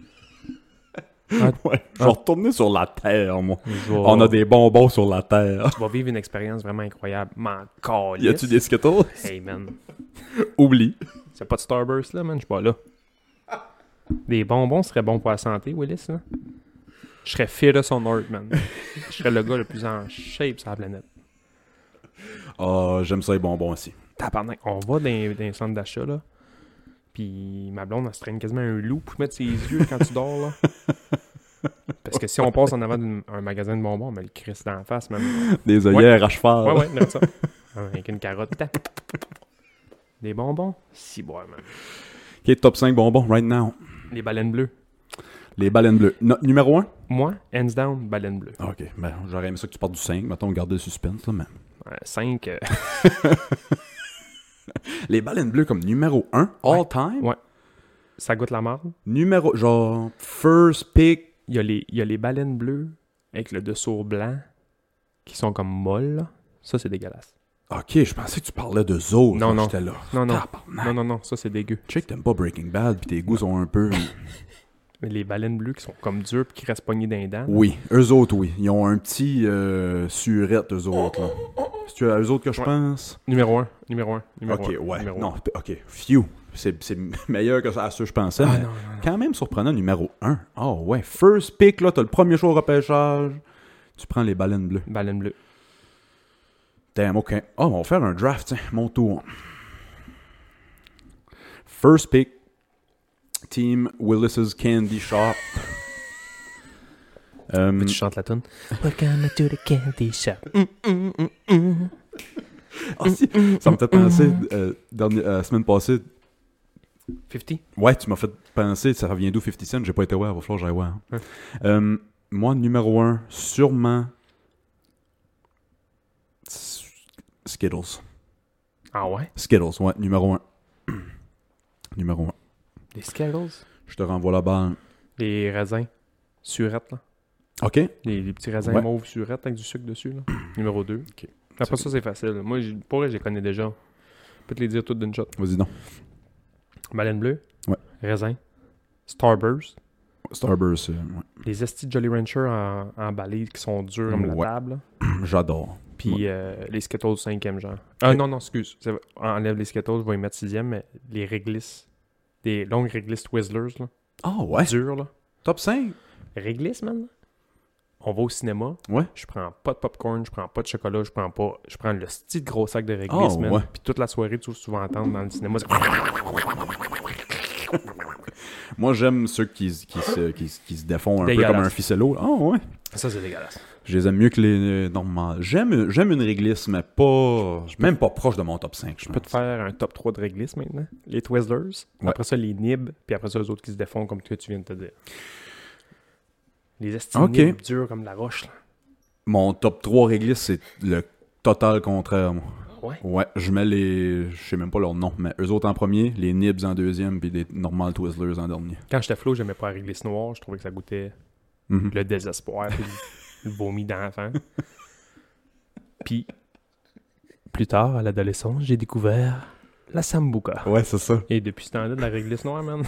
Ouais. Je vais retourner sur la Terre, moi. Je vais- On a des bonbons sur la Terre. Tu vas vivre une expérience vraiment incroyable. M'en calisse. Y a-tu des Skittles? Hey, man. Oublie. C'est pas de Starburst, là, man. Je suis pas là. Des bonbons seraient bons pour la santé, Willis, là. Je serais fittest on earth, man. Je serais le gars le plus en shape sur la planète. Ah, j'aime ça les bonbons aussi. Tabarnak, on va dans un centre d'achat, là. Puis ma blonde, elle se traîne quasiment un loup pour mettre ses yeux quand tu dors, là. Parce que si on passe en avant d'un magasin de bonbons, on met le Christ dans la face, même. Des œillères à cheval. Ouais, ouais, regarde ça. Avec une carotte. Tac. Des bonbons? Si, boire, man. Ok, top 5 bonbons, right now. Les baleines bleues. Les baleines bleues. Numéro 1? Moi, hands down, baleine bleue. Ok, ben j'aurais aimé ça que tu partes du 5. Mettons, garder le suspense, là, mais... 5. Les baleines bleues comme numéro 1, Ouais. all time? Ouais. Ça goûte la marde. Numéro, genre, first pick. Il y a les baleines bleues avec le dessous blanc qui sont comme molles, là. Ça, c'est dégueulasse. Ok, je pensais que tu parlais de Zo. Non, non. J'étais là. Non, non. Tabarnak. Non, ça, c'est dégueu. Je sais que t'aimes pas Breaking Bad, pis tes goûts sont un peu... Mais les baleines bleues qui sont comme dures puis qui restent pognées dans les dents. Oui, eux autres, oui. Ils ont un petit surette, eux autres, là. C'est à eux autres que je Ouais. pense? Numéro 1. Ok, ouais. Non, ok. Phew. C'est meilleur que ça à ceux que je pensais, mais non. quand même surprenant, numéro 1. Oh, ouais. First pick, là, t'as le premier choix au repêchage. Tu prends les baleines bleues. Baleine bleue. Damn, ok. Oh, on va faire un draft, tiens. Mon tour. First pick. Team Willis's Candy Shop. Tu chantes la tune. Welcome to the candy shop. Ah, si, ça me fait penser, la semaine passée, 50? ouais, tu m'as fait penser, ça revient d'où 50 Cent? J'ai pas été voir, il va falloir que j'aille voir. Ouais. Moi, numéro 1, sûrement Skittles. Ah ouais? Skittles, ouais, numéro 1. Numéro 1. Des Skittles? Je te renvoie la balle. Des raisins. Surettes, là. OK? Les petits raisins Ouais. mauves surettes avec du sucre dessus, là. Numéro 2. OK. Après ça, c'est facile. Moi, pour vrai, je les connais déjà. Je peux te les dire toutes d'une shot. Vas-y, non. Baleine bleue. Ouais. Raisin. Starburst. Starburst, ouais. Les estis de Jolly Rancher emballés qui sont durs comme la Ouais. table. J'adore. Puis les Skittles 5e genre. Ah non, excuse. Enlève les Skittles, je vais y mettre 6e, mais les Réglisse. Des longues Réglisse Twizzlers, là. Ah, ouais. Dures, là. Top 5? Réglisse, man. On va au cinéma. Ouais. Je prends pas de popcorn, je prends pas de chocolat, je prends le style gros sac de réglisse, Oh, man. ouais. Puis toute la soirée, tout ce que tu vas entendre dans le cinéma, c'est... Moi, j'aime ceux qui se défont un peu Dégueulasse. comme un ficello. Ah ouais. Ça, c'est dégueulasse. Je les aime mieux que les normales. J'aime une réglisse, mais pas... Même pas proche de mon top 5, je Je peux te faire un top 3 de réglisse maintenant. Les Twizzlers, Ouais. après ça les nibs, puis après ça les autres qui se défont comme que tu viens de te dire. Les esti Ok. nibs durs comme la roche. Là. Mon top 3 réglisses, c'est le total contraire, moi. Ouais. Ouais, je mets les... Je sais même pas leur nom, mais eux autres en premier, les Nibs en deuxième, puis les normales Twizzlers en dernier. Quand j'étais flow, j'aimais pas la réglisse noire. Je trouvais que ça goûtait Mhm. le désespoir puis le vomi d'enfant. Puis, plus tard, à l'adolescence, j'ai découvert la Sambuca. Ouais, c'est ça. Et depuis ce temps-là, de la réglisse noire, man.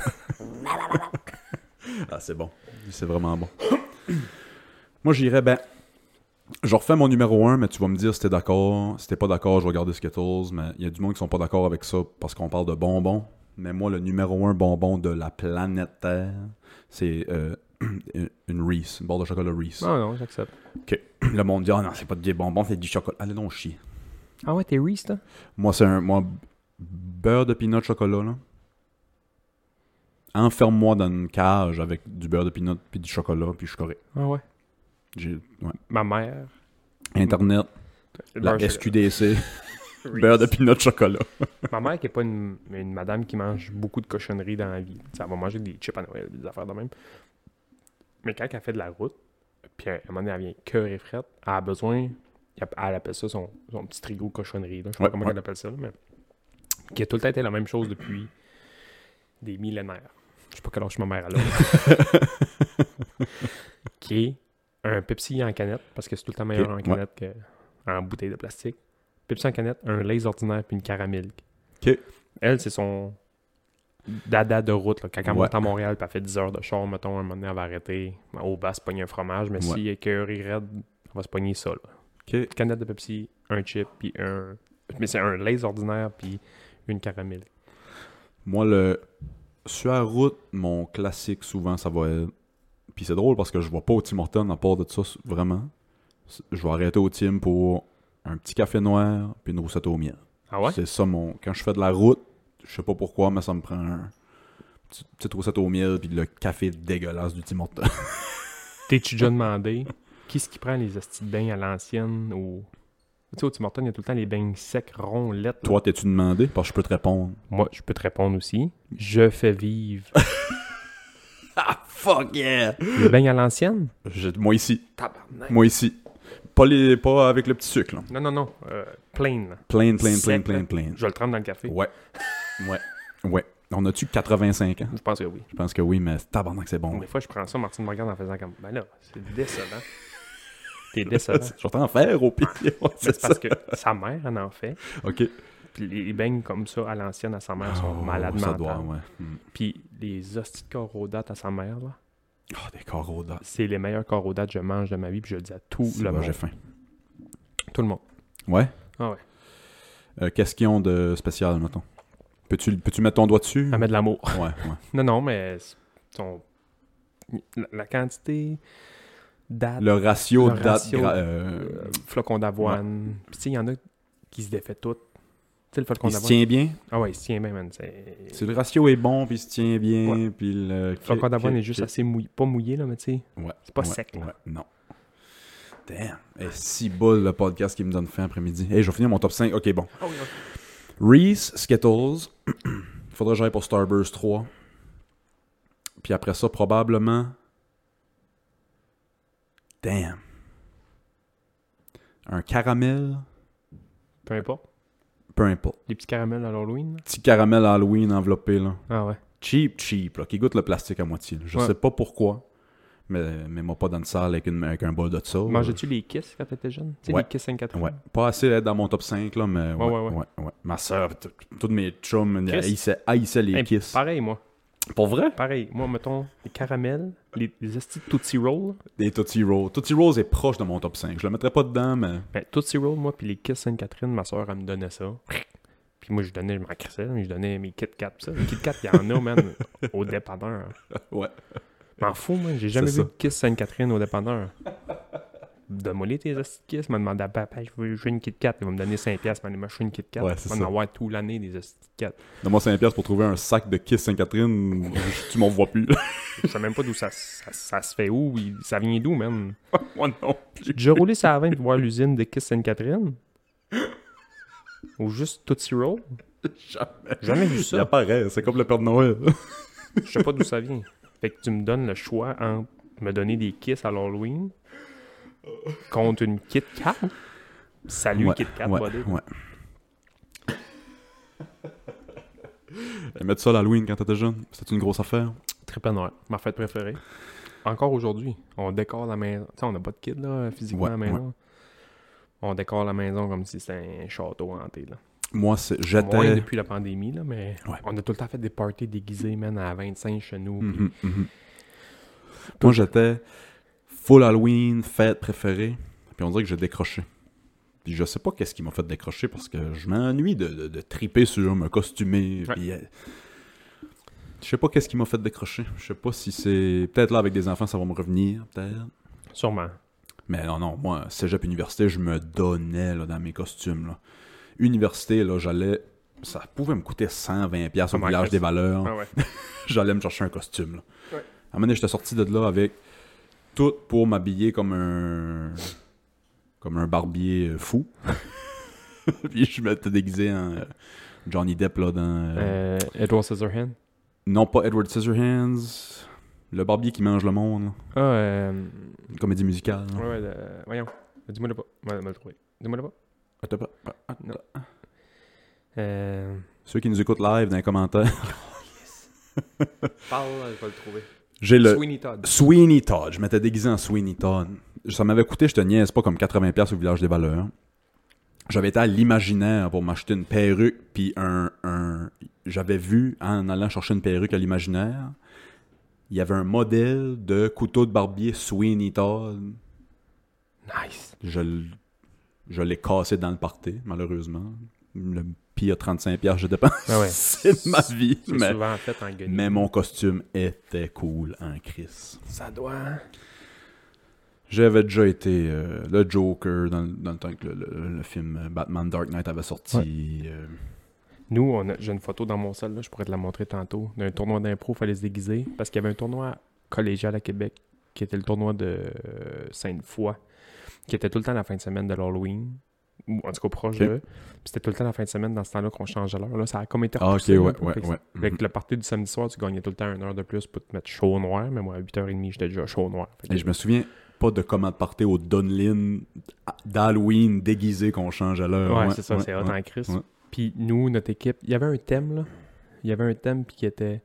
Ah, c'est bon. C'est vraiment bon. Moi, j'irais, je refais mon numéro 1, mais tu vas me dire si t'es d'accord. Si t'es pas d'accord, je vais garder Skittles, mais il y a du monde qui sont pas d'accord avec ça parce qu'on parle de bonbons. Mais moi, le numéro 1 bonbon de la planète Terre, c'est une Reese, une barre de chocolat Reese. Non, non, j'accepte. OK. Le monde dit, ah non, c'est pas des bonbons, c'est du chocolat. Allez donc chier. Ah ouais, t'es Reese, toi? Moi, beurre de peanut chocolat, là. Enferme-moi dans une cage avec du beurre de peanut puis du chocolat, puis je suis correct. Ah ouais. Ouais. Ma mère. Internet, le la beurre SQDC, Reese. beurre de peanut chocolat. Ma mère qui est pas une madame qui mange beaucoup de cochonneries dans la vie. T'sais, elle va manger des chips à Noël, des affaires de même. Mais quand elle fait de la route, puis à un moment donné, elle vient cœur et frette, elle a besoin, elle appelle ça son petit frigo cochonnerie. Là. Je sais pas comment elle appelle ça, là, mais qui a tout le temps été la même chose depuis des millénaires. Je sais pas quel âge ma mère a là. Qui est un Pepsi en canette, parce que c'est tout le temps meilleur en canette qu'en bouteille de plastique. Pepsi en canette, un Lay's ordinaire puis une caramel. OK. Elle, c'est son dada de route. Là. Quand elle monte à Montréal puis elle fait 10 heures de char, mettons, un moment donné, elle va arrêter. Au bas, se pogner un fromage, mais s'il est cœuré raide, elle va se pogner ça. Là. OK. Une canette de Pepsi, un chip, puis un... Mais c'est un Lay's ordinaire puis une caramel. Moi, sur la route, mon classique, souvent, ça va être... Puis c'est drôle parce que je vais pas au Tim Hortons à part de ça, vraiment. Je vais arrêter au Tim pour un petit café noir puis une roussette au miel. Ah ouais? C'est ça Quand je fais de la route, je sais pas pourquoi, mais ça me prend un petite roussette au miel puis le café dégueulasse du Tim Hortons. T'es-tu déjà demandé qui est-ce qui prend les hosties de bains à l'ancienne ou... Tu sais, au Tim Hortons, il y a tout le temps les bains secs, ronds, lettres. Toi, t'es-tu demandé? Parce que je peux te répondre. Moi, je peux te répondre aussi. Je fais vivre. Ah, fuck yeah! Les bains à l'ancienne? Moi ici. Tabarnak. Moi ici. Pas avec le petit sucre, là. Non. Plain. Là. Plain. Sec, là. Plain. Je le trempe dans le café. Ouais. On a-tu 85 ans? Je pense que oui. Je pense que oui, mais tabarnak, c'est bon. Des fois, je prends ça, Martine me regarde en faisant comme... Ben là, c'est décevant. T'es décevant. Je vais t'en faire au pire. Mais c'est parce que sa mère en fait. OK. Puis les beignes comme ça, à l'ancienne, à sa mère, sont malades ça mentales. doit, ouais. Puis les hosties de corps aux dates à sa mère, là, Des coraux d'âge. c'est les meilleurs corps aux dates que je mange de ma vie, puis je le dis à tout le monde. J'ai faim. Tout le monde. Ouais? Ah ouais. Qu'est-ce qu'ils ont de spécial, mettons? Peux-tu mettre ton doigt dessus? À mettre de l'amour. Ouais. Non, mais la quantité date, Le ratio Le date... ratio, flocons d'avoine. Puis tu sais, il y en a qui se défait tout. Tu sais, le flocon il se d'avoine. tient bien? Ah ouais, il se tient bien, man. Si le ratio est bon, puis il se tient bien, Ouais. puis le... Le flocon d'avoine est juste assez mouillé. Pas mouillé, là, mais tu sais, Ouais. c'est pas sec. Là. Ouais, non. Damn. Et si bol le podcast qui me donne faim après-midi. Hey, je vais finir mon top 5. OK, bon. Oh, oui, Reese, Skittles. Faudrait que j'aille pour Starburst 3. Puis après ça, probablement... Damn. Un caramel. Peu importe. Peu importe. Les petits caramels à l'Halloween. Là. Petit caramel Halloween enveloppé, là. Ah ouais. Cheap, là. Qui goûte le plastique à moitié. Là. Je sais pas pourquoi. Mais moi pas dans une salle avec un bol de ça. Mangeais-tu les Kiss quand t'étais jeune? Tu sais, Ouais. les Kiss Sainte-Catherine? Ouais. Pas assez d'être dans mon top 5, là, mais Ouais. Ma soeur, tous mes chums, Chris. haïssaient les Hey, Kiss. Pareil, moi. Pour vrai? Pareil. Moi, mettons, les caramels, les estis de Tootsie Roll. Des Tootsie Rolls. Tootsie Rolls est proche de mon top 5. Je le mettrais pas dedans, mais... Ben, Tootsie Roll, moi, puis les Kiss Sainte-Catherine, ma soeur, elle me donnait ça. Puis moi, je m'en crissais, mais je donnais mes Kit Kat. Ça. Les Kit Kat, il y en a, man, au dépanneur. Ouais. M'en fous, moi. J'ai jamais C'est vu de Kiss Sainte-Catherine au dépanneur. donne-moi tes hosties de Kiss. Il m'a demandé à papa, je veux une Kit Kat. Il va me donner 5$, il m'a dit, je veux une Kit Kat. Ouais, c'est il va ça. m'avoir tout l'année des hosties de Kit. Donne-moi 5$ pour trouver un sac de Kiss Sainte-Catherine, tu m'en vois plus. Je sais même pas d'où ça se fait où. Ça vient d'où, même? Moi non. J'ai déjà roulé sur la 20 pour voir l'usine de Kiss Sainte-Catherine? Ou juste Tootsie Roll? Jamais vu Il ça. apparaît, c'est comme le Père Noël. Je sais pas d'où ça vient. Fait que tu me donnes le choix entre me donner des Kiss à l'Halloween contre une Kit Kat. Salut Ouais, Kit Kat, ouais, buddy. ouais. Mettre ça à l'Halloween quand t'étais jeune, c'était une grosse affaire. Triple noir, ma fête préférée. Encore aujourd'hui, on décore la maison. Tu sais, on n'a pas de kid là, physiquement à la maison. Ouais. On décore la maison comme si c'était un château hanté. Là. Moi, j'étais... Moins depuis la pandémie, là, mais ouais. On a tout le temps fait des parties déguisées, man, à 25 chez nous. Moi, j'étais full Halloween, fête préférée, puis on dirait que j'ai décroché. Puis je sais pas qu'est-ce qui m'a fait décrocher, parce que je m'ennuie de triper sur me costumer, puis... Je sais pas qu'est-ce qui m'a fait décrocher. Je sais pas si c'est... Peut-être là, avec des enfants, ça va me revenir, peut-être. Sûrement. Mais non, moi, cégep université, je me donnais là, dans mes costumes. Là. Université, là, j'allais... Ça pouvait me coûter 120$ au village des valeurs. Ah ouais. J'allais me chercher un costume. Là. Ouais. À un moment donné, j'étais sorti de là avec tout pour m'habiller comme un barbier fou. Puis je m'étais déguisé en Johnny Depp là, dans... Edward Scissorhands. Non, pas Edward Scissorhands. Le barbier qui mange le monde. Là. Une comédie musicale. Là. Ouais, voyons. Dis-moi le pas. Ouais, le trouver. Dis-moi le pas. Attends pas. Non. Ceux qui nous écoutent live dans les commentaires. Parle, je vais le trouver. J'ai le Sweeney Todd. Sweeney Todd. Je m'étais déguisé en Sweeney Todd. Ça m'avait coûté, je te niaise pas, comme 80$ au village des valeurs. J'avais été à l'Imaginaire pour m'acheter une perruque, puis j'avais vu, en allant chercher une perruque à l'Imaginaire, il y avait un modèle de couteau de barbier Sweeney Todd. Nice. Je l'ai cassé dans le party, malheureusement. Le pire 35$ je dépense. Ah ouais. C'est ma vie. C'est souvent fait en guenille. Mais mon costume était cool en crise. Ça doit... J'avais déjà été le Joker dans le temps que le film Batman Dark Knight avait sorti. Ouais. Nous, j'ai une photo dans mon sol, là, je pourrais te la montrer tantôt, d'un tournoi d'impro, il fallait se déguiser, parce qu'il y avait un tournoi collégial à Québec, qui était le tournoi de Sainte-Foy, qui était tout le temps la fin de semaine de l'Halloween, ou en tout cas proche de. Puis c'était tout le temps la fin de semaine dans ce temps-là qu'on changeait l'heure. Là, ça a comme été repoussé. Ouais. Avec le party du samedi soir, tu gagnais tout le temps 1 heure de plus pour te mettre chaud au noir, mais moi, à 8h30, j'étais déjà chaud au noir. Et je me souviens pas de comment partir au Dunlin d'Halloween déguisé qu'on change à l'heure. Ouais, c'est ça, c'est hot en crise. Ouais. Puis nous, notre équipe, il y avait un thème, là. Il y avait un thème qui était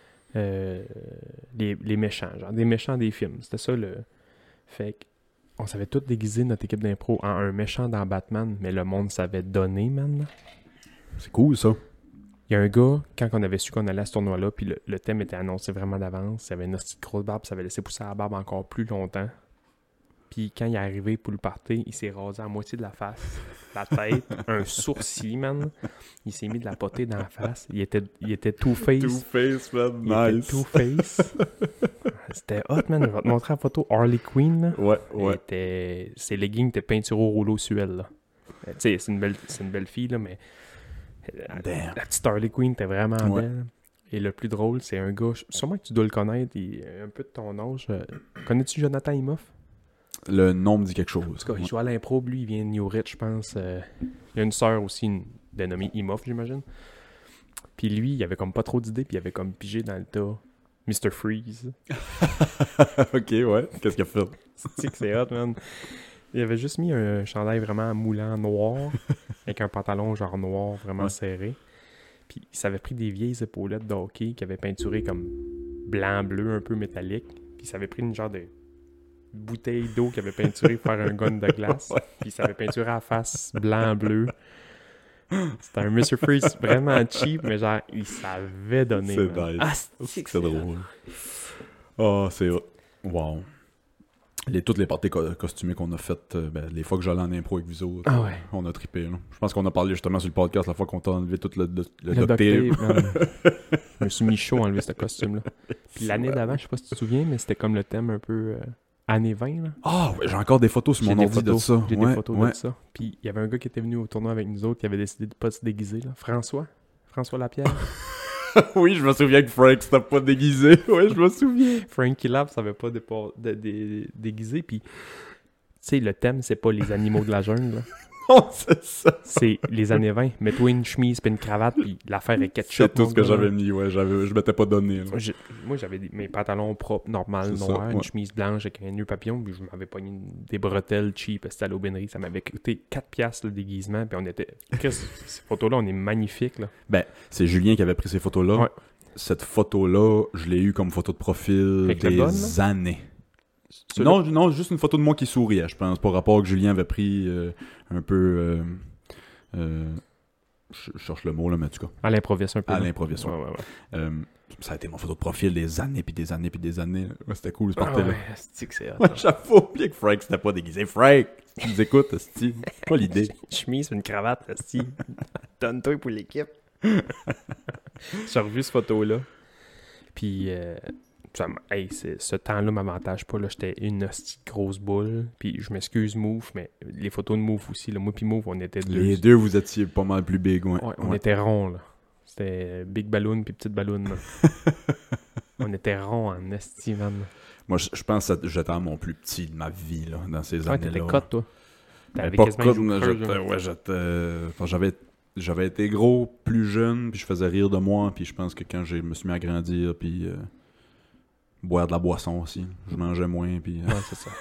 les méchants, genre des méchants des films. C'était ça le... Fait qu'on savait tous déguiser notre équipe d'impro en un méchant dans Batman, mais le monde savait donner, man. C'est cool, ça. Il y a un gars, quand on avait su qu'on allait à ce tournoi-là, puis le thème était annoncé vraiment d'avance, il y avait une petite grosse barbe, ça avait laissé pousser la barbe encore plus longtemps. Puis quand il est arrivé pour le party, il s'est rasé à moitié de la face, la tête, un sourcil, man. Il s'est mis de la potée dans la face. Il était Two-Face. Two-Face, man. Il Nice. était Two-Face. C'était hot, man. Je vais te montrer la photo. Harley Quinn, là. Ouais. Ses leggings étaient peinturés au rouleau suel, là. Tu sais, c'est une belle fille, là, mais... La petite Harley Quinn était vraiment belle. Et le plus drôle, c'est un gars... Sûrement que tu dois le connaître. Il est un peu de ton âge. Connais-tu Jonathan Imoff? Le nom me dit quelque chose. En tout cas, il joue à l'impro, lui, il vient de New Rich, je pense. Il a une sœur aussi, dénommée Imoff, j'imagine. Puis lui, il avait comme pas trop d'idées, puis il avait comme pigé dans le tas Mr. Freeze. Ok, ouais. Qu'est-ce qu'il a fait? C'est que c'est hot, man. Il avait juste mis un chandail vraiment moulant noir, avec un pantalon genre noir vraiment serré. Puis il s'avait pris des vieilles épaulettes de hockey qui avaient peinturé comme blanc-bleu, un peu métallique. Puis il s'avait pris une genre de bouteille d'eau qu'il avait peinturé pour faire un gun de glace. Puis il s'avait peinturé à la face blanc-bleu. C'était un Mr. Freeze vraiment cheap, mais genre, il savait donner. C'est nice. Ah, c'est drôle. Oh, c'est hot. Wow. Toutes les parties costumées qu'on a faites, les fois que j'allais en impro avec vous autres, on a trippé. Là. Je pense qu'on a parlé justement sur le podcast la fois qu'on t'a enlevé tout le duct tape. Je me suis mis chaud à enlever ce costume-là. Puis l'année d'avant, je sais pas si tu te souviens, mais c'était comme le thème un peu années 20, là. Ah, ouais, j'ai encore des photos sur J'ai mon des ordi de photos, ça. J'ai Ouais, des photos ouais. de ça. Puis il y avait un gars qui était venu au tournoi avec nous autres qui avait décidé de pas se déguiser, là. François Lapierre. Oui, je me souviens que Frank s'était pas déguisé. Ouais, je me souviens. Frankie Lab savait pas déguiser. Puis, tu sais, le thème, c'est pas les animaux de la jungle, là. Non, c'est ça. C'est les années 20. Mets-toi une chemise puis une cravate, puis l'affaire est ketchup. C'est tout mon ce que gars, là. j'avais mis, ouais. Je m'étais pas donné, là. Moi, j'avais mes pantalons propres, normales, C'est ça, noirs, ouais. une chemise blanche avec un nœud papillon, puis je m'avais pogné des bretelles cheap, c'était à l'aubainerie. Ça m'avait coûté 4$ le déguisement, puis on était... Ces photos-là, on est magnifiques, là. Ben, c'est Julien qui avait pris ces photos-là. Ouais. Cette photo-là, je l'ai eue comme photo de profil Avec le des bon, là? années. Ceux-là- Non, juste une photo de moi qui souriait, je pense, par rapport que Julien avait pris un peu... je cherche le mot, là, mais en tout cas, À l'improviste un peu. à là. l'improvisation. Ouais. Ça a été mon photo de profil des années, puis des années, puis des années. Ouais, c'était cool, ce Ah party-là. ouais, c'est que c'est hot, Ouais, hein. j'avoue oublié que Frank s'était pas déguisé. Frank, tu nous écoutes, c'est pas l'idée. Chemise, une cravate, si. Donne-toi pour l'équipe. J'ai revu cette photo-là. Puis, ce temps-là m'avantage pas. Là, j'étais une hostie de grosse boule. Puis, je m'excuse, Move, mais les photos de Move aussi. Là, moi puis Move, on était deux. Les deux, vous étiez pas mal plus big, ouais. Ouais, on était ronds, là. C'était Big Balloon puis Petite Balloon, là. On était ronds en esti, man. Moi, je pense que j'étais à mon plus petit de ma vie, là, dans ces Ouais, années-là. t'étais cut, toi. Ben, T'avais pas quasiment cut, une joue mais creuse, j'étais... là. Ouais, j'étais... Enfin, j'avais été gros, plus jeune, puis je faisais rire de moi, puis je pense que quand je me suis mis à grandir, puis boire de la boisson aussi, je mangeais moins, puis... Ouais, c'est ça.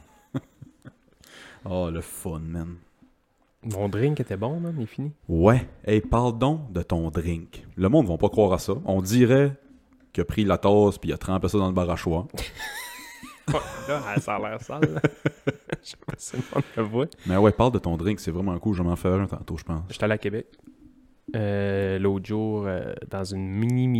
Oh, le fun, man. Mon drink était bon, man, il est fini. Ouais. Hey, parle donc de ton drink. Le monde ne va pas croire à ça. On dirait qu'il a pris la tasse puis il a trempé ça dans le bar à choix. Là, ça a l'air sale, là. Je sais pas si le monde le voit. Mais ouais, parle de ton drink, c'est vraiment cool. Je vais m'en faire un tantôt, je pense. J'étais allé à Québec l'autre jour dans une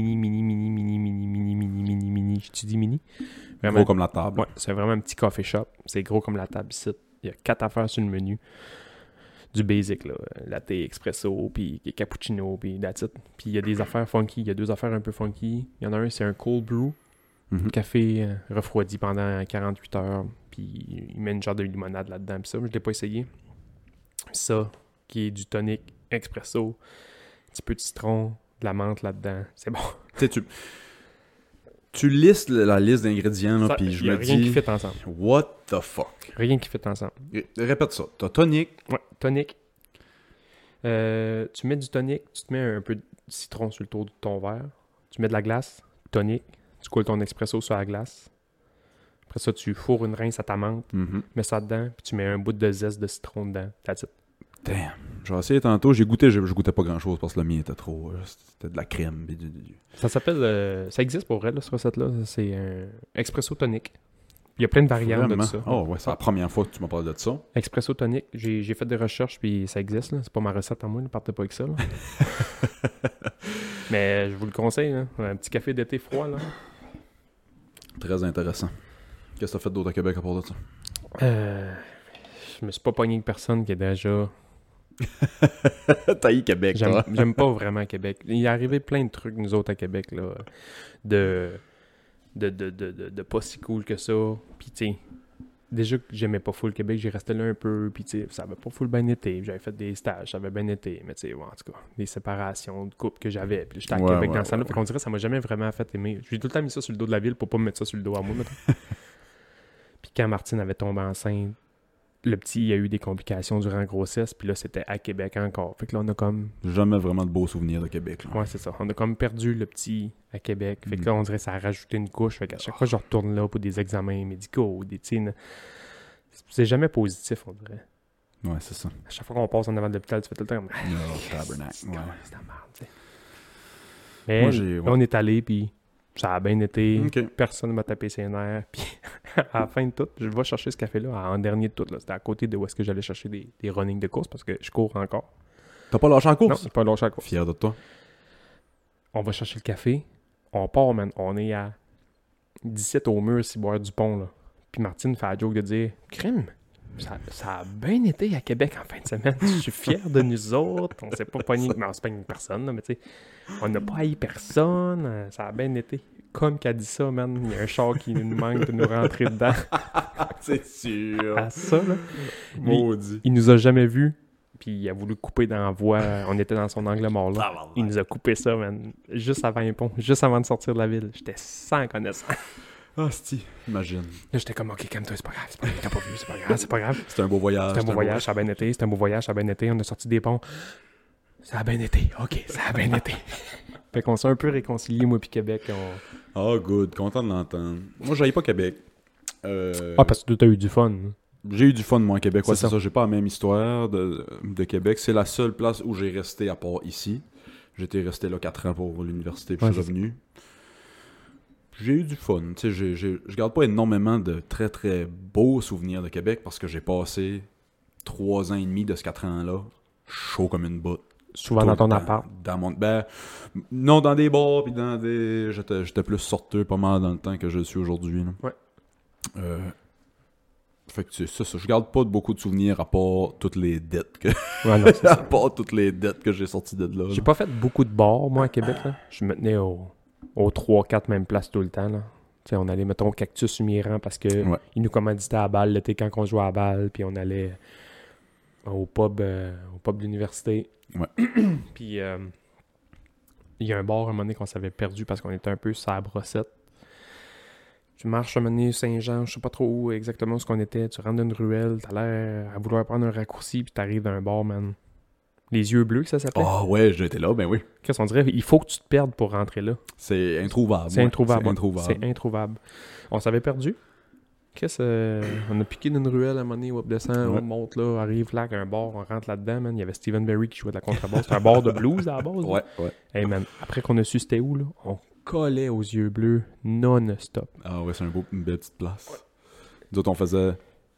mini. Tu dis mini? Vraiment, Gros comme la table. ouais, c'est vraiment un petit coffee shop. C'est gros comme la table ici. Il y a 4 affaires sur le menu. Du basic, là. Latte, espresso, puis cappuccino, puis that's it. Puis il y a des affaires funky. Il y a 2 affaires un peu funky. Il y en a un, c'est un cold brew. Mhm. Café refroidi pendant 48 heures. Puis il met une genre de limonade là-dedans. Puis ça, je l'ai pas essayé. Ça, qui est du tonic expresso. Un petit peu de citron, de la menthe là-dedans. C'est bon. Tu sais, tu listes la liste d'ingrédients, là, Ça, puis je y a me rien qui dis... fait ensemble. What the fuck? Rien qui fait ensemble. Répète ça. T'as tonic. Ouais, tonic. Tu mets du tonic, tu te mets un peu de citron sur le tour de ton verre. Tu mets de la glace, tonic. Tu coules ton expresso sur la glace. Après ça, tu fourres une rince à ta menthe, Mhm. mets ça dedans, puis tu mets un bout de zeste de citron dedans. That's it. Damn. J'ai essayé tantôt. J'ai goûté. Je goûtais pas grand-chose parce que le mien était trop... c'était de la crème. Puis Ça s'appelle... ça existe pour vrai, là, cette recette-là. C'est un expresso tonic. Il y a plein de variantes Vraiment? de ça. Oh ouais, c'est la première fois que tu m'as parlé de ça. Expresso tonic, j'ai fait des recherches, puis ça existe. Là. C'est pas ma recette à moi, ne partez pas avec ça. Là. Mais je vous le conseille. Là. Un petit café d'été froid. Là. Très intéressant. Qu'est-ce que t'as fait d'autre à Québec à part de ça? Je me suis pas pogné avec personne qui est déjà... T'as eu Québec, toi. J'aime pas vraiment Québec. Il est arrivé plein de trucs, nous autres, à Québec, là, de pas si cool que ça. Puis, tu sais, déjà que j'aimais pas full Québec, j'ai resté là un peu, puis, tu sais, ça avait pas full bien été. J'avais fait des stages, ça avait bien été. Mais, tu sais, ouais, en tout cas, des séparations de couple que j'avais. Puis, j'étais à Québec dans ce temps-là. Fait qu'on dirait que ça m'a jamais vraiment fait aimer. J'ai tout le temps mis ça sur le dos de la ville pour pas me mettre ça sur le dos à moi, mettons. Puis, quand Martine avait tombé enceinte, le petit, il a eu des complications durant la grossesse, puis là, c'était à Québec encore. Fait que là, on a comme... Jamais vraiment de beaux souvenirs de Québec. Là. Ouais, c'est ça. On a comme perdu le petit à Québec. Fait que là, on dirait que ça a rajouté une couche. Fait qu'à chaque fois, je retourne là pour des examens médicaux, des tines. C'est jamais positif, on dirait. Ouais, c'est ça. À chaque fois qu'on passe en avant de l'hôpital, tu fais tout le temps comme... Tabernacle. C'est Ouais. de la merde, tu sais. Mais Moi, là, on est allé, puis ça a bien été. Ok. Personne ne m'a tapé ses nerfs. Puis à la fin de tout, je vais chercher ce café-là en dernier de tout. Là. C'était à côté de où est-ce que j'allais chercher des runnings de course parce que je cours encore. T'as pas lâché en Non, course? c'est pas lâché à course. Fier de toi. On va chercher le café. On part, man. On est à 17 au mur, si boire du pont, là. Puis Martine fait la joke de dire « Crime, ça a bien été à Québec en fin de semaine. Je suis fier de nous autres. On s'est pas pogné... Mais on s'est pogné personne, là, mais tu sais, on n'a pas haï personne. Ça a bien été. comme qu'elle dit ça, man. Il y a un char qui nous manque de nous rentrer dedans. C'est sûr. À ça, là. Maudit. Il nous a jamais vus. Puis il a voulu couper dans la voie. On était dans son angle mort, là. Il nous a coupé ça, man. Juste avant un pont. Juste avant de sortir de la ville. J'étais sans connaissance. Ah, c'ti, imagine. Là, j'étais comme, OK, calme-toi, c'est pas grave. T'as pas vu, c'est pas grave, c'est pas grave. C'était un beau voyage. C'était un beau voyage, ça a bien été. C'était un beau voyage, ça a bien été. On a sorti des ponts. Ça a bien été. OK, ça a bien été. Fait qu'on s'est un peu réconciliés, moi puis Québec. Oh, good. Content de l'entendre. Moi, j'aille pas Québec. Parce que tu as eu du fun. J'ai eu du fun, moi, à Québec. Ouais, C'est c'est ça. J'ai pas la même histoire de Québec. C'est la seule place où j'ai resté à part ici. J'étais resté là 4 ans pour l'université, puis je suis revenu. J'ai eu du fun. Tu sais, je garde pas énormément de très, très beaux souvenirs de Québec parce que j'ai passé 3 ans et demi de ce 4 ans-là chaud comme une botte. Souvent dans ton appart. Dans mon... non, dans des bars, puis dans des... J'étais plus sorteux pas mal dans le temps que je le suis aujourd'hui. Là. Ouais. Fait que c'est ça. Je garde pas beaucoup de souvenirs à part toutes les dettes que... Ouais, non, c'est ça. à part toutes les dettes que j'ai sorties de là. J'ai pas fait beaucoup de bars, moi, à Québec. Là. Je me tenais aux 3-4 mêmes places tout le temps. Là. T'sais, on allait, mettons, au Cactus Humirant parce que ils nous commanditaient à la balle l'été quand on jouait à la balle. Puis on allait au pub de l'université. Ouais. Puis il y a un bar, un moment donné, qu'on s'avait perdu parce qu'on était un peu sur la brossette. Tu marches un moment donné, Saint-Jean, je sais pas trop où exactement où qu'on était. Tu rentres dans une ruelle, t'as l'air à vouloir prendre un raccourci, puis t'arrives dans un bar, man. Les yeux bleus, ça s'appelait. Ah ouais, j'étais là, ben oui. Qu'est-ce qu'on dirait? Il faut que tu te perdes pour rentrer là. C'est introuvable. C'est introuvable. C'est introuvable. C'est introuvable. On s'avait perdu. On a piqué d'une ruelle à un moment donné, hop, descend, on monte là, arrive là, un bar, on rentre là-dedans, man. Il y avait Stephen Berry qui jouait de la contrebasse. C'était un bar de blues à la base. Ouais. Hey, man, après qu'on a su c'était où, là, on collait aux yeux bleus non-stop. Ah ouais, c'est une belle petite place. Ouais. Nous autres, on faisait...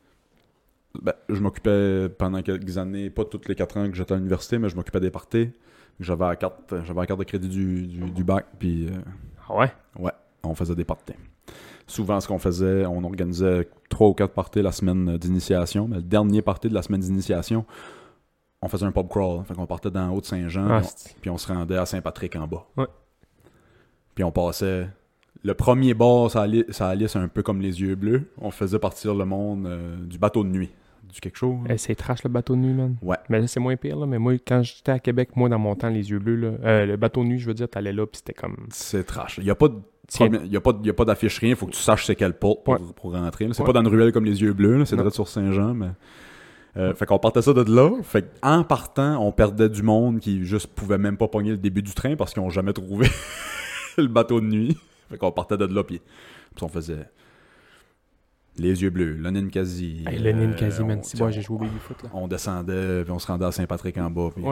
je m'occupais pendant quelques années, pas toutes les 4 ans que j'étais à l'université, mais je m'occupais des parties. J'avais la carte de crédit du bac, puis... Ah ouais? Ouais, on faisait des parties. Souvent, ce qu'on faisait, on organisait 3 ou 4 parties la semaine d'initiation, mais le dernier party de la semaine d'initiation, on faisait un pub crawl. Fait qu'on partait dans Haute-Saint-Jean, puis on se rendait à Saint-Patrick en bas. Ouais. Puis on passait... Le premier bar, ça allait, c'est un peu comme les yeux bleus. On faisait partir le monde du bateau de nuit. Du quelque chose. C'est trash le bateau de nuit, man. Ouais. Mais là, c'est moins pire, là. Mais moi, quand j'étais à Québec, moi, dans mon temps, les yeux bleus, là, le bateau de nuit, je veux dire, t'allais là, puis c'était comme... C'est trash. Il n'y a pas d'affiche rien. Il faut que tu saches c'est quelle porte pour rentrer. Là. C'est pas dans une ruelle comme les yeux bleus. Là. C'est direct sur Saint-Jean, mais... fait qu'on partait ça de là. Fait qu'en partant, on perdait du monde qui juste pouvait même pas pogner le début du train parce qu'ils ont jamais trouvé le bateau de nuit. Fait qu'on partait de là, puis on faisait les yeux bleus, le Ninkasi. Hey, le Ninkasi, man. Si moi j'ai joué au baby-foot, là. On descendait, puis on se rendait à Saint-Patrick en bas. Puis... Ouais.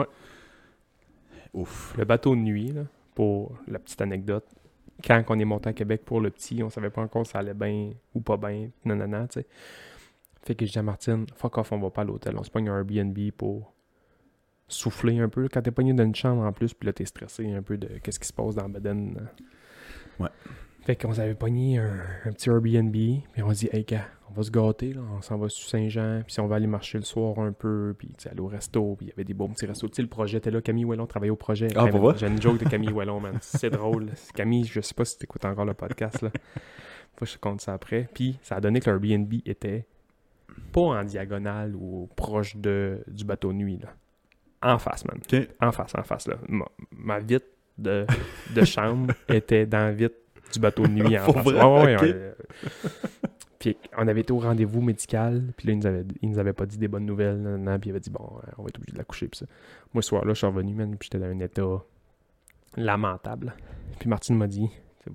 Ouf. Le bateau de nuit, là, pour la petite anecdote. Quand on est monté à Québec pour le petit, on savait pas encore si ça allait bien ou pas bien. Nanana, tu sais. Fait que je dis à Martine, fuck off, on va pas à l'hôtel. On se pogne un Airbnb pour souffler un peu. Quand t'es pogné dans une chambre en plus, puis là t'es stressé un peu de qu'est-ce qui se passe dans le Beden. Ouais. Fait qu'on s'avait pogné un petit Airbnb, puis on s'est dit, hey gars, on va se gâter, là, on s'en va sur Saint-Jean, puis si on va aller marcher le soir un peu, puis aller au resto, puis il y avait des bons petits restos. Tu sais, le projet était là, Camille Ouellon travaillait au projet. Ah, pour vrai? J'ai une joke de Camille Ouellon, man. C'est drôle. Camille, je sais pas si t'écoutes encore le podcast, là. Faut que je te compte ça après. Puis ça a donné que l'Airbnb était pas en diagonale ou proche du bateau de nuit, là. En face, man. Okay. En face, là. Ma vitre de chambre était dans la vitre du bateau de nuit en face. Okay. Puis on avait été au rendez-vous médical, puis là, ils nous avaient pas dit des bonnes nouvelles, puis ils avaient dit, bon, on va être obligé de la coucher, puis ça. Moi, ce soir-là, je suis revenu, man, puis j'étais dans un état lamentable. Puis Martine m'a dit,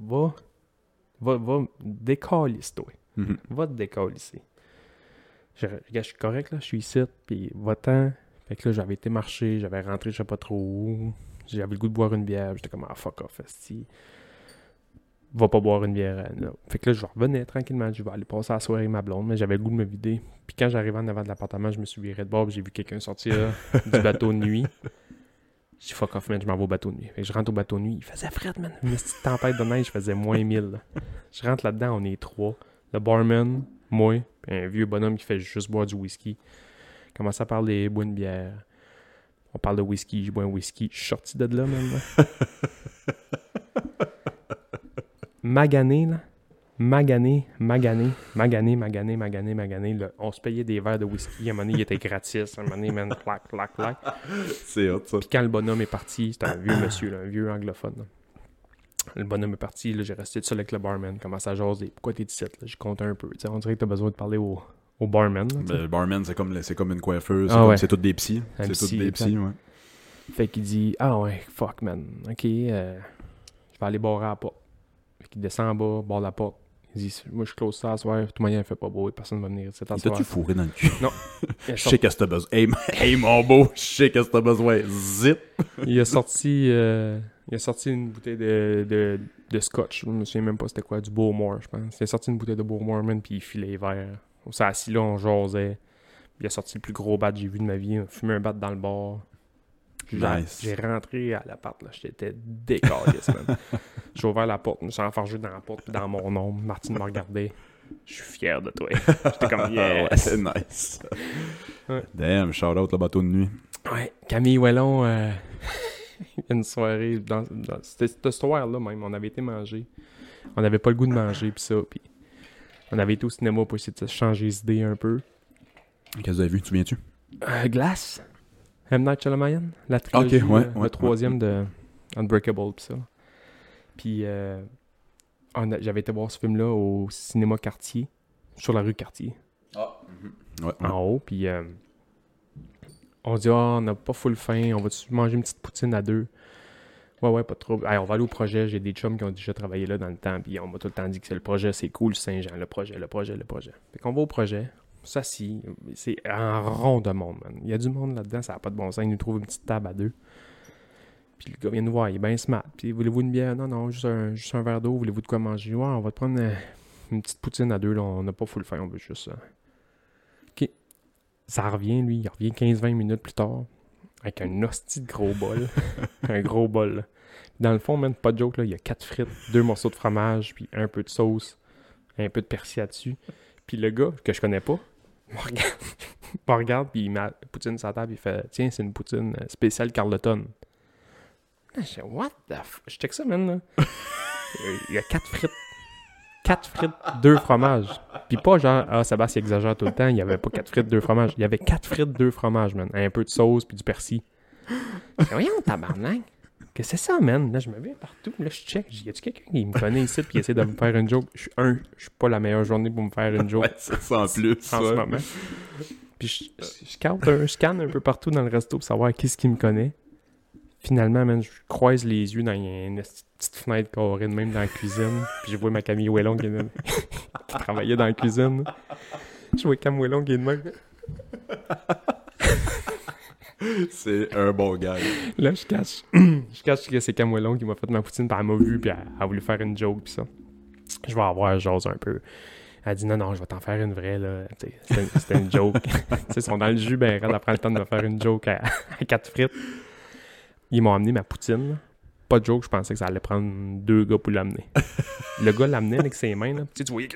va décalisser, toi. Mm-hmm. Va te décalisser. Je suis correct, là, je suis ici, puis va-t'en. Fait que là, j'avais été marcher, j'avais rentré, je sais pas trop où. J'avais le goût de boire une bière, j'étais comme, fuck off, esti. Va pas boire une bière. Non. Fait que là, je revenais tranquillement, je vais aller passer la soirée avec ma blonde, mais j'avais le goût de me vider. Puis quand j'arrivais en avant de l'appartement, je me suis viré de bord, j'ai vu quelqu'un sortir du bateau de nuit. J'ai dit, fuck off, man, je m'en vais au bateau de nuit. Fait que je rentre au bateau de nuit, il faisait fret, man. Une petite tempête de neige, je faisais moins 1000. Là. Je rentre là-dedans, on est 3. Le barman, moi, puis un vieux bonhomme qui fait juste boire du whisky. Commence à parler, boire une bière. On parle de whisky, je bois un whisky. Je suis sorti de là, même. magané, là. Magané. Là. On se payait des verres de whisky. À un moment donné, il était gratis. À un moment donné, man, clac. C'est hot, ça. Puis quand le bonhomme est parti, c'était un vieux monsieur, là, un vieux anglophone. Là. Le bonhomme est parti, là, j'ai resté tout seul avec le barman. Commence à jaser. Pourquoi t'es ici? J'ai compté un peu. T'sais, on dirait que t'as besoin de parler au barman. Là, le barman, c'est comme une coiffeuse. C'est toutes des psys. C'est toutes des psys, ouais. Fait qu'il dit, ah ouais, fuck, man. OK, je vais aller barrer à la porte. Fait qu'il descend en bas, barre la porte. Il dit, moi, je close ça à soir. De toute manière, il fait pas beau et personne va venir. Il t'a-tu fourré dans le cul? Non. Je sais qu'est-ce que t'as besoin. Hey, mon beau, je sais qu'est-ce que t'as besoin. Zip! Il a sorti une bouteille de scotch. Je me souviens même pas c'était quoi, du Bowmore, je pense. Il a sorti une bouteille de Bowmore, man, puis il filait les verres. On s'est assis là, on jasait. Il a sorti le plus gros bat que j'ai vu de ma vie. On a fumé un bat dans le bar. Nice. J'ai rentré à l'appart, là. J'étais décalisse, man. J'ai ouvert la porte, je me suis enfargé dans la porte, puis dans mon ombre. Martine me regardait. Je suis fier de toi. J'étais comme, yes. Ouais, c'est nice. Ouais. Damn, shout out le bateau de nuit. Ouais, Camille Wellon, une soirée, c'était cette soirée-là même, on avait été manger. On n'avait pas le goût de manger, puis ça, puis on avait été au cinéma pour essayer de se changer les idées un peu. Qu'est-ce que vous avez vu, tu souviens-tu? Glace. M. Night Shyamalan, la trilogie, le troisième de Unbreakable, pis ça. Puis j'avais été voir ce film-là au cinéma Cartier, sur la rue Cartier. Ah. En haut, puis on dit, on n'a pas full faim, on va manger une petite poutine à deux. Ouais, pas trop. Hey, on va aller au projet, j'ai des chums qui ont déjà travaillé là dans le temps, puis on m'a tout le temps dit que le projet, c'est cool, Saint-Jean, le projet. Fait qu'on va au projet. Ça, c'est un rond de monde, man. Il y a du monde là-dedans, ça n'a pas de bon sens. Il nous trouve une petite table à deux. Puis le gars vient nous voir, il est bien smart. Puis voulez-vous une bière? Non, juste un verre d'eau. Voulez-vous de quoi manger? Ouais, on va te prendre une petite poutine à deux. Là. On n'a pas full faim, on veut juste ça. OK. Ça revient, lui. Il revient 15-20 minutes plus tard avec un hostie de gros bol. Un gros bol. Là. Dans le fond, man, pas de joke, là, il y a 4 frites, 2 morceaux de fromage, puis un peu de sauce, un peu de persil dessus. Puis le gars, que je connais pas, me regarde, puis il met la poutine sur la table, il fait « Tiens, c'est une poutine spéciale Carleton. » Je dis « What the f... » Je check ça, man, là. Il y a 4 frites. 4 frites, 2 fromages. Puis pas genre « Ah, Sébastien exagère tout le temps, il y avait pas 4 frites, 2 fromages. » Il y avait 4 frites, 2 fromages, man. Un peu de sauce, puis du persil. Je dis « Voyons, tabarnak. Qu'est-ce que c'est ça, man? » Là, je me mets partout. Là, je check. Y a-tu quelqu'un qui me connaît ici puis qui essaie de me faire une joke? Je suis pas la meilleure journée pour me faire une joke. Ouais, c'est ça en plus. En ce moment. Puis je scanne un peu partout dans le resto pour savoir qui est-ce qui me connaît. Finalement, man, je croise les yeux dans une petite fenêtre carrée de même dans la cuisine. Puis je vois ma Camille Wellon qui travaillait dans la cuisine. Je vois Camille Wellon qui est de même. C'est un bon gars. Là, je cache que c'est Camille Wellon qui m'a fait ma poutine, puis elle m'a vu, puis elle a voulu faire une joke, puis ça. Je vais avoir j'ose un peu. Elle dit non, je vais t'en faire une vraie, là. C'était une joke. Ils sont dans le jus, ben, elle prend le temps de me faire une joke à 4 frites. Ils m'ont amené ma poutine. Pas de joke, je pensais que ça allait prendre 2 gars pour l'amener. Le gars l'amenait avec ses mains, là. Tu voyais que...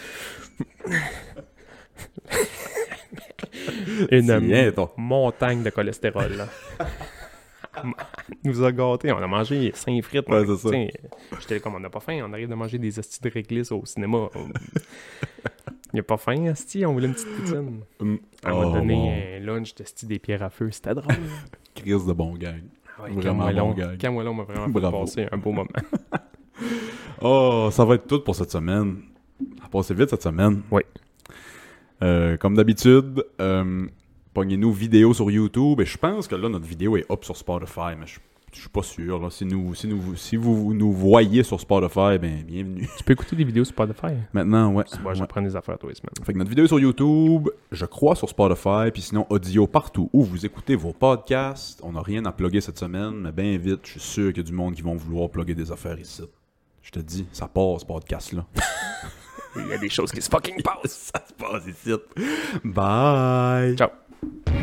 Une montagne de cholestérol, là. nous a gâtés. On a mangé 5 frites. Ouais, c'est ça. J'étais comme, on n'a pas faim. On arrive de manger des hosties de réglisse au cinéma. Il n'y a pas faim, hostie. On voulait une petite poutine. Elle m'a donné un lunch de des pierres à feu. C'était drôle. Crise de bon gang. Ouais, vraiment bon gang. Cam Wellon m'a vraiment fait passer un beau moment. Oh, ça va être tout pour cette semaine. Ça a passé vite cette semaine. Oui. Comme d'habitude, pognez-nous vidéo sur YouTube. Et je pense que là, notre vidéo est up sur Spotify, mais je suis pas sûr. Là. Si vous nous voyez sur Spotify, ben bienvenue. Tu peux écouter des vidéos sur Spotify? Maintenant, ouais. Moi, je prends des affaires tous les semaines. Fait que notre vidéo est sur YouTube, je crois sur Spotify, puis sinon audio partout où vous écoutez vos podcasts. On n'a rien à plugger cette semaine, mais bien vite, je suis sûr qu'il y a du monde qui vont vouloir plugger des affaires ici. Je te dis, ça passe, ce podcast-là. Il y a des choses qui se fucking passent. Ça se passe ici. Bye! Ciao!